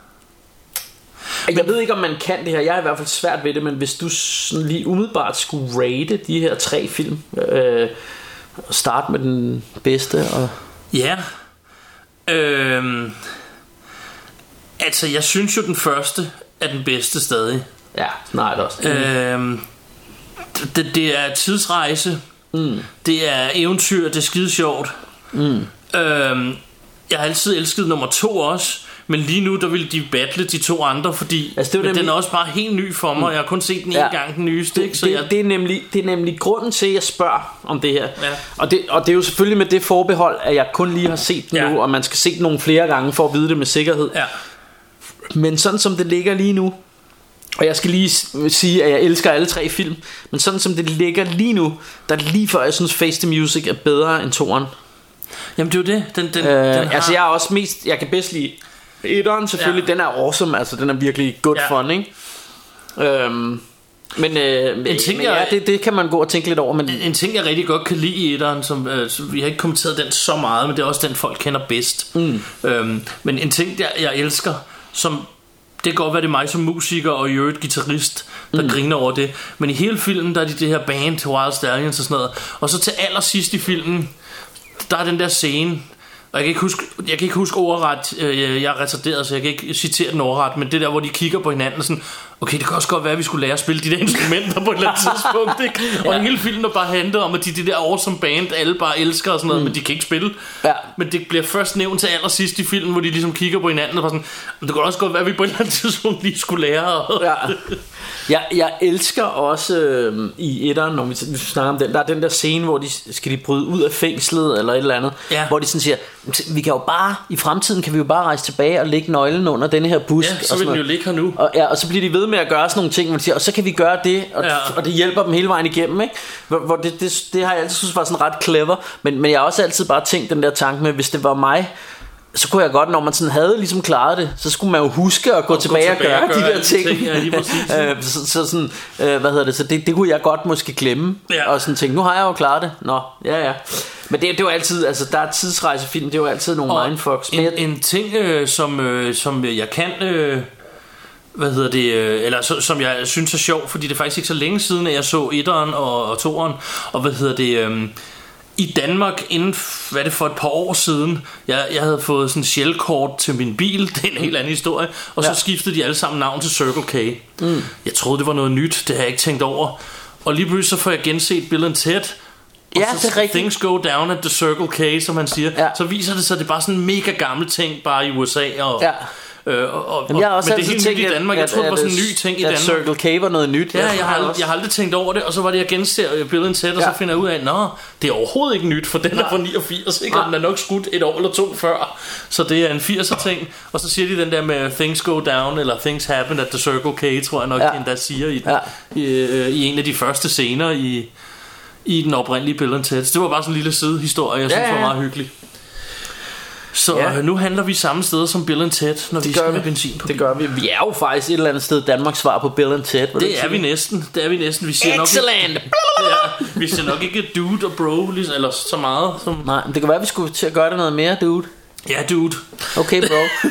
jeg ved ikke om man kan det her. Jeg er i hvert fald svært ved det. Men hvis du sådan lige umiddelbart skulle rate de her tre film, øh, start med den bedste og... Ja øhm, altså jeg synes jo den første er den bedste stadig. Ja, snart også. øhm, det, det er tidsrejse, mm. det er eventyr, det er skide sjovt. mm. øhm, Jeg har altid elsket nummer to også, men lige nu der vil de battle de to andre, fordi altså, det den er også bare helt ny for mig. Jeg har kun set den en ja. gang, den nyeste, det, ikke? Så det, jeg... det, er nemlig, det er nemlig grunden til at jeg spørger om det her, ja. og, det, og det er jo selvfølgelig med det forbehold, at jeg kun lige har set den ja. nu, og man skal se den nogle flere gange for at vide det med sikkerhed. ja. Men sådan som det ligger lige nu, og jeg skal lige sige, at jeg elsker alle tre film, men sådan som det ligger lige nu, der er lige før jeg synes Face the Music er bedre end toeren. Jamen det er jo det den, den, øh, den har... Altså jeg er også mest, jeg kan bedst lide etteren selvfølgelig, ja. Den er awesome, altså den er virkelig good ja. fun, ikke? Øhm, men, øh, en ting, men ja, jeg, det, det kan man gå og tænke lidt over, men... en, en ting jeg rigtig godt kan lide i etteren, som, øh, som vi har ikke kommenteret den så meget, men det er også den folk kender bedst. mm. øhm, Men en ting jeg, jeg elsker, som det kan godt være det er mig som musiker og i øvrigt guitarist der mm. griner over det, men i hele filmen der er de det her band Wild Stallions og sådan noget, og så til allersidst i filmen der er den der scene, og jeg kan ikke huske, jeg kan ikke huske ordret, jeg er retarderet, så jeg kan ikke citere den ordret, men det der, hvor de kigger på hinanden og sådan, okay, det kan også godt være, at vi skulle lære at spille de der instrumenter på et eller andet tidspunkt, ikke? Og ja. hele filmen er bare handlet om, at de det der awesome band, alle bare elsker og sådan noget, mm. men de kan ikke spille. Ja. Men det bliver først nævnt til allersidst i filmen, hvor de ligesom kigger på hinanden og bare sådan, det kan også godt være, at vi på et eller andet tidspunkt lige skulle lære. Ja. Jeg, jeg elsker også øh, i etteren, når vi, vi snakker om den, der er den der scene, hvor de skal de bryde ud af fængslet eller et eller andet, ja. hvor de sådan siger, vi kan jo bare, i fremtiden kan vi jo bare rejse tilbage og lægge nøglen under denne her busk. Ja, så vil den jo ligge her nu. Og, ja, og så bliver de ved med at gøre sådan nogle ting, hvor de siger, og så kan vi gøre det, og, ja. og det hjælper dem hele vejen igennem, ikke? Hvor, hvor det, det, det har jeg altid synes var sådan ret clever, men, men jeg har også altid bare tænkt den der tanke med, hvis det var mig, så kunne jeg godt, når man sådan havde ligesom klaret det, så skulle man jo huske at gå, tilbage, gå tilbage og gøre, og gøre de der ting, ting ja, lige præcis. øh, så, så sådan øh, hvad hedder det, så det, det kunne jeg godt måske glemme, ja. Og sådan tænke, nu har jeg jo klaret det. Nå, ja ja. Men det, det er jo altid, altså der er tidsrejsefilm, det er jo altid nogle og mindfucks. En, en ting øh, som, øh, som jeg kan øh, hvad hedder det øh, eller så, som jeg synes er sjov, fordi det er faktisk ikke så længe siden at jeg så etteren og, og toeren, og hvad hedder det øh, i Danmark inden, hvad er det, for et par år siden, jeg, jeg havde fået sådan en Shell-kort til min bil, det er en helt anden historie, og så ja. skiftede de alle sammen navn til Circle K. mm. Jeg troede det var noget nyt, det har jeg ikke tænkt over, og lige pludselig så får jeg genset Bill and Ted, og ja, så det er rigtigt. Things Go Down at the Circle K, som man siger, ja. Så viser det sig, at det er bare sådan en mega gammel ting bare i U S A, og ja. Øh, og, og, men jeg har også men det er helt tænkt, nyt i Danmark. Jeg troede det var sådan en ny ting i at Danmark. Circle K var noget nyt. Ja, jeg, jeg, har, aldrig, jeg har aldrig tænkt over det. Og så var det jeg genser Bill and Ted, og ja. Så finder jeg ud af, nå, det er overhovedet ikke nyt, for den er fra niogfirs, ikke? Og den er nok skudt et år eller to før. Så det er en firser ting. Og så siger de den der med Things Go Down eller Things Happen at the Circle K, tror jeg nok, ja. De endda siger i, den, ja. i, øh, i en af de første scener i, i den oprindelige Bill and Ted. Så det var bare sådan en lille sidehistorie, jeg synes ja, ja. var meget hyggelig. Så ja. Nu handler vi samme steder som Bill and Ted, når det vi skal vi. have benzin på. Det gør vi. Vi er jo faktisk et eller andet sted Danmarks svar på Bill and Ted. Det er vi næsten. Det er vi næsten. Vi siger Excellent. Nok ikke, ja, vi siger nok ikke dude og bro eller så meget som... Nej, men det kan være vi skulle til at gøre det noget mere, dude. Ja, dude. Okay, bro.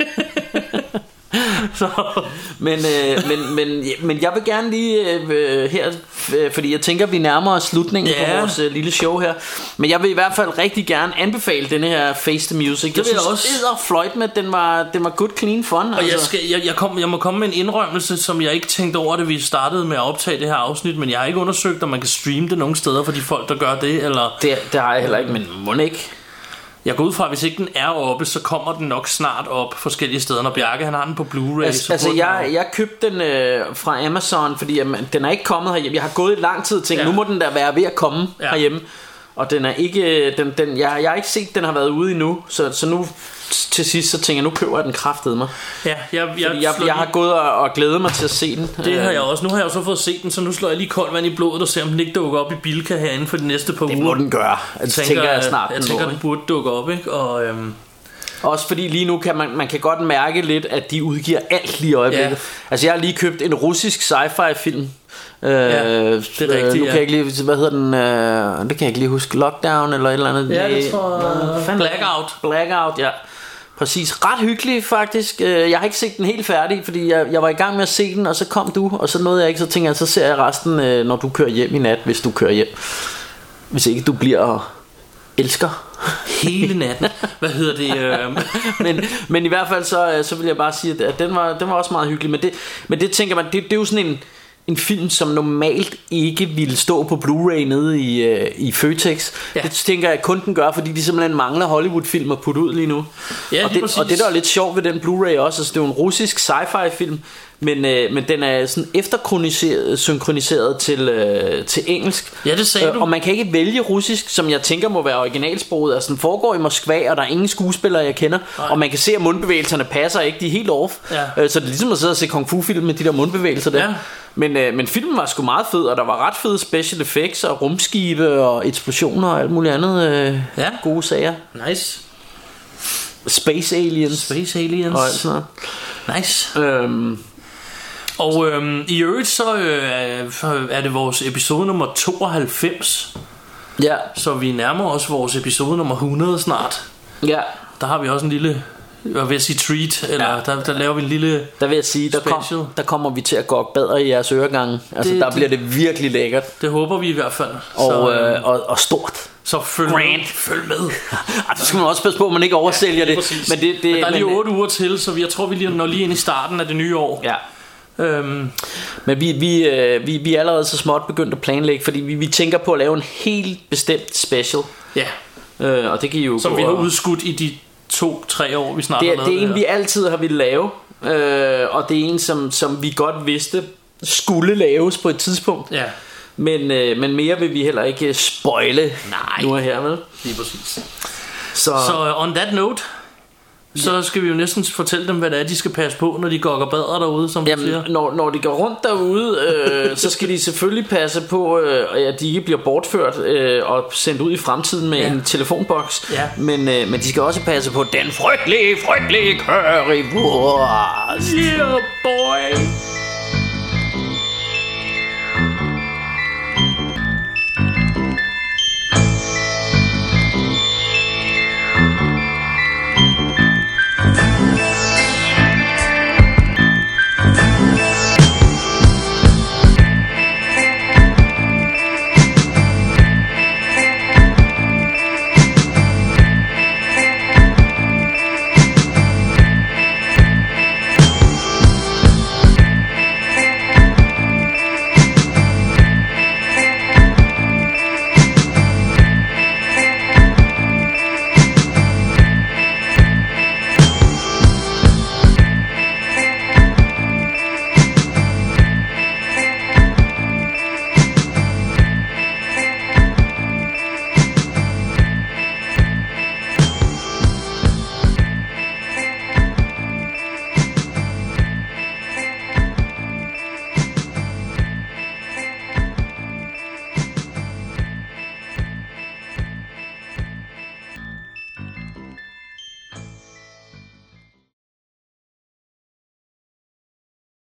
Så. Men, øh, men, men, men jeg vil gerne lige øh, her, øh, fordi jeg tænker vi nærmer os slutningen yeah. på vores øh, lille show her. Men jeg vil i hvert fald rigtig gerne anbefale denne her Face the Music. Det jeg synes også. Floyd med den var, den var good clean fun. Og altså. jeg, skal, jeg, jeg, kom, jeg må komme med en indrømmelse, som jeg ikke tænkte over, da vi startede med at optage det her afsnit. Men jeg har ikke undersøgt, om man kan streame det nogle steder for de folk der gør det eller... Det, det har jeg heller ikke, men må ikke. Jeg går ud fra, at hvis ikke den er oppe, så kommer den nok snart op forskellige steder. Når Bjarke han har den på Blu-ray. Altså, altså jeg, jeg købte den øh, fra Amazon, fordi jamen, den er ikke kommet herhjemme. Jeg har gået i lang tid og tænkt, ja. Nu må den der være ved at komme ja. herhjemme. Og den er ikke den, den, jeg, jeg har ikke set, den har været ude endnu. Så, så nu til sidst så tænker jeg, nu køber jeg den kraftedeme mig. Ja, jeg, jeg, jeg, jeg, jeg har gået og, og glædet mig til at se den. Det har jeg også. Nu har jeg også fået set den, så nu slår jeg lige koldt vand i blodet og ser om den ikke dukker op i Bilka herinde for de næste par uger. Det må den gøre. Jeg tænker, tænker jeg snart. Jeg tænker, den burde dukke op, ikke? Og øhm, også fordi lige nu kan man, man kan godt mærke lidt, at de udgiver alt lige i øjeblikket. Ja. Altså jeg har lige købt en russisk sci-fi film. Ja, det er rigtigt, øh, nu kan ja. jeg ikke lige, hvad hedder den, øh, det kan jeg ikke lige huske, Lockdown eller et eller andet. Ja, det tror jeg. Blackout. Blackout, ja. Præcis, ret hyggelig faktisk. Jeg har ikke set den helt færdig, fordi jeg, jeg var i gang med at se den, og så kom du, og så nåede jeg ikke, så tænkte jeg, så ser jeg resten, når du kører hjem i nat, hvis du kører hjem. Hvis ikke du bliver og elsker hele natten. Hvad hedder det? Øh? men, men i hvert fald så, så vil jeg bare sige, at den var, den var også meget hyggelig. Men det, men det tænker man, det, det er jo sådan en en film, som normalt ikke ville stå på Blu-ray nede i, øh, i Føtex. Ja. Det tænker jeg kun den gør, fordi de simpelthen mangler Hollywood-film at putte ud lige nu. Ja, og, det, og det der er lidt sjovt ved den Blu-ray også, altså, det er jo en russisk sci-fi film, men, øh, men den er sådan eftersynkroniseret synkroniseret til, øh, til engelsk. Ja, det sagde øh, du. Og man kan ikke vælge russisk, som jeg tænker må være originalsproget. Altså den foregår i Moskva, og der er ingen skuespillere jeg kender. Nej. Og man kan se at mundbevægelserne passer ikke, de er helt off. Ja. øh, Så det er ligesom at sidde og se kung fu film med de der mundbevægelser der. Ja. Men, øh, men filmen var sgu meget fed, og der var ret fede special effects og rumskibe og eksplosioner og alt muligt andet øh, ja. gode sager. Nice. Space aliens. Space aliens. Og alt sådan noget. Nice. øhm, Og øhm, i øvrigt så øh, er det vores episode nummer tooghalvfems. Ja. Så vi nærmer os vores episode nummer hundrede snart. Ja. Der har vi også en lille, jeg vil sige treat, eller ja. der, der laver vi en lille. Der vil jeg sige, der, kom, der kommer vi til at gå bedre i jeres øregange. Altså det, der bliver det virkelig lækkert. Det håber vi i hvert fald. Og, så, øh, og, og stort. Så følg Grand. med. Følg med. Ej, det skal man også passe på, at man ikke oversælger ja, det. Men, det, det men der er lige men, otte uger til, så jeg tror vi lige når lige ind i starten af det nye år. Ja. Øhm. Men vi, vi, øh, vi, vi er allerede så småt begyndt at planlægge, fordi vi, vi tænker på at lave en helt bestemt special. Ja. øh, Og det kan I jo som gå vi har og... udskudt i de to-tre år vi snart det, har lavet. Det er en her. vi altid har ville lave, øh, og det er en som, som vi godt vidste skulle laves på et tidspunkt. Ja. Men, øh, men mere vil vi heller ikke spoile. Nej. Nu er her med. Lige præcis. Så, Så uh, on that note, så skal vi jo næsten fortælle dem, hvad det er, de skal passe på, når de gokker bader derude, som Jamen, du siger. Når, når de går rundt derude, øh, så skal de selvfølgelig passe på, øh, at de ikke bliver bortført øh, og sendt ud i fremtiden med ja. en telefonboks. Ja. Men, øh, men de skal også passe på den frygtelige, frygtelige currywurst. Yeah, boy!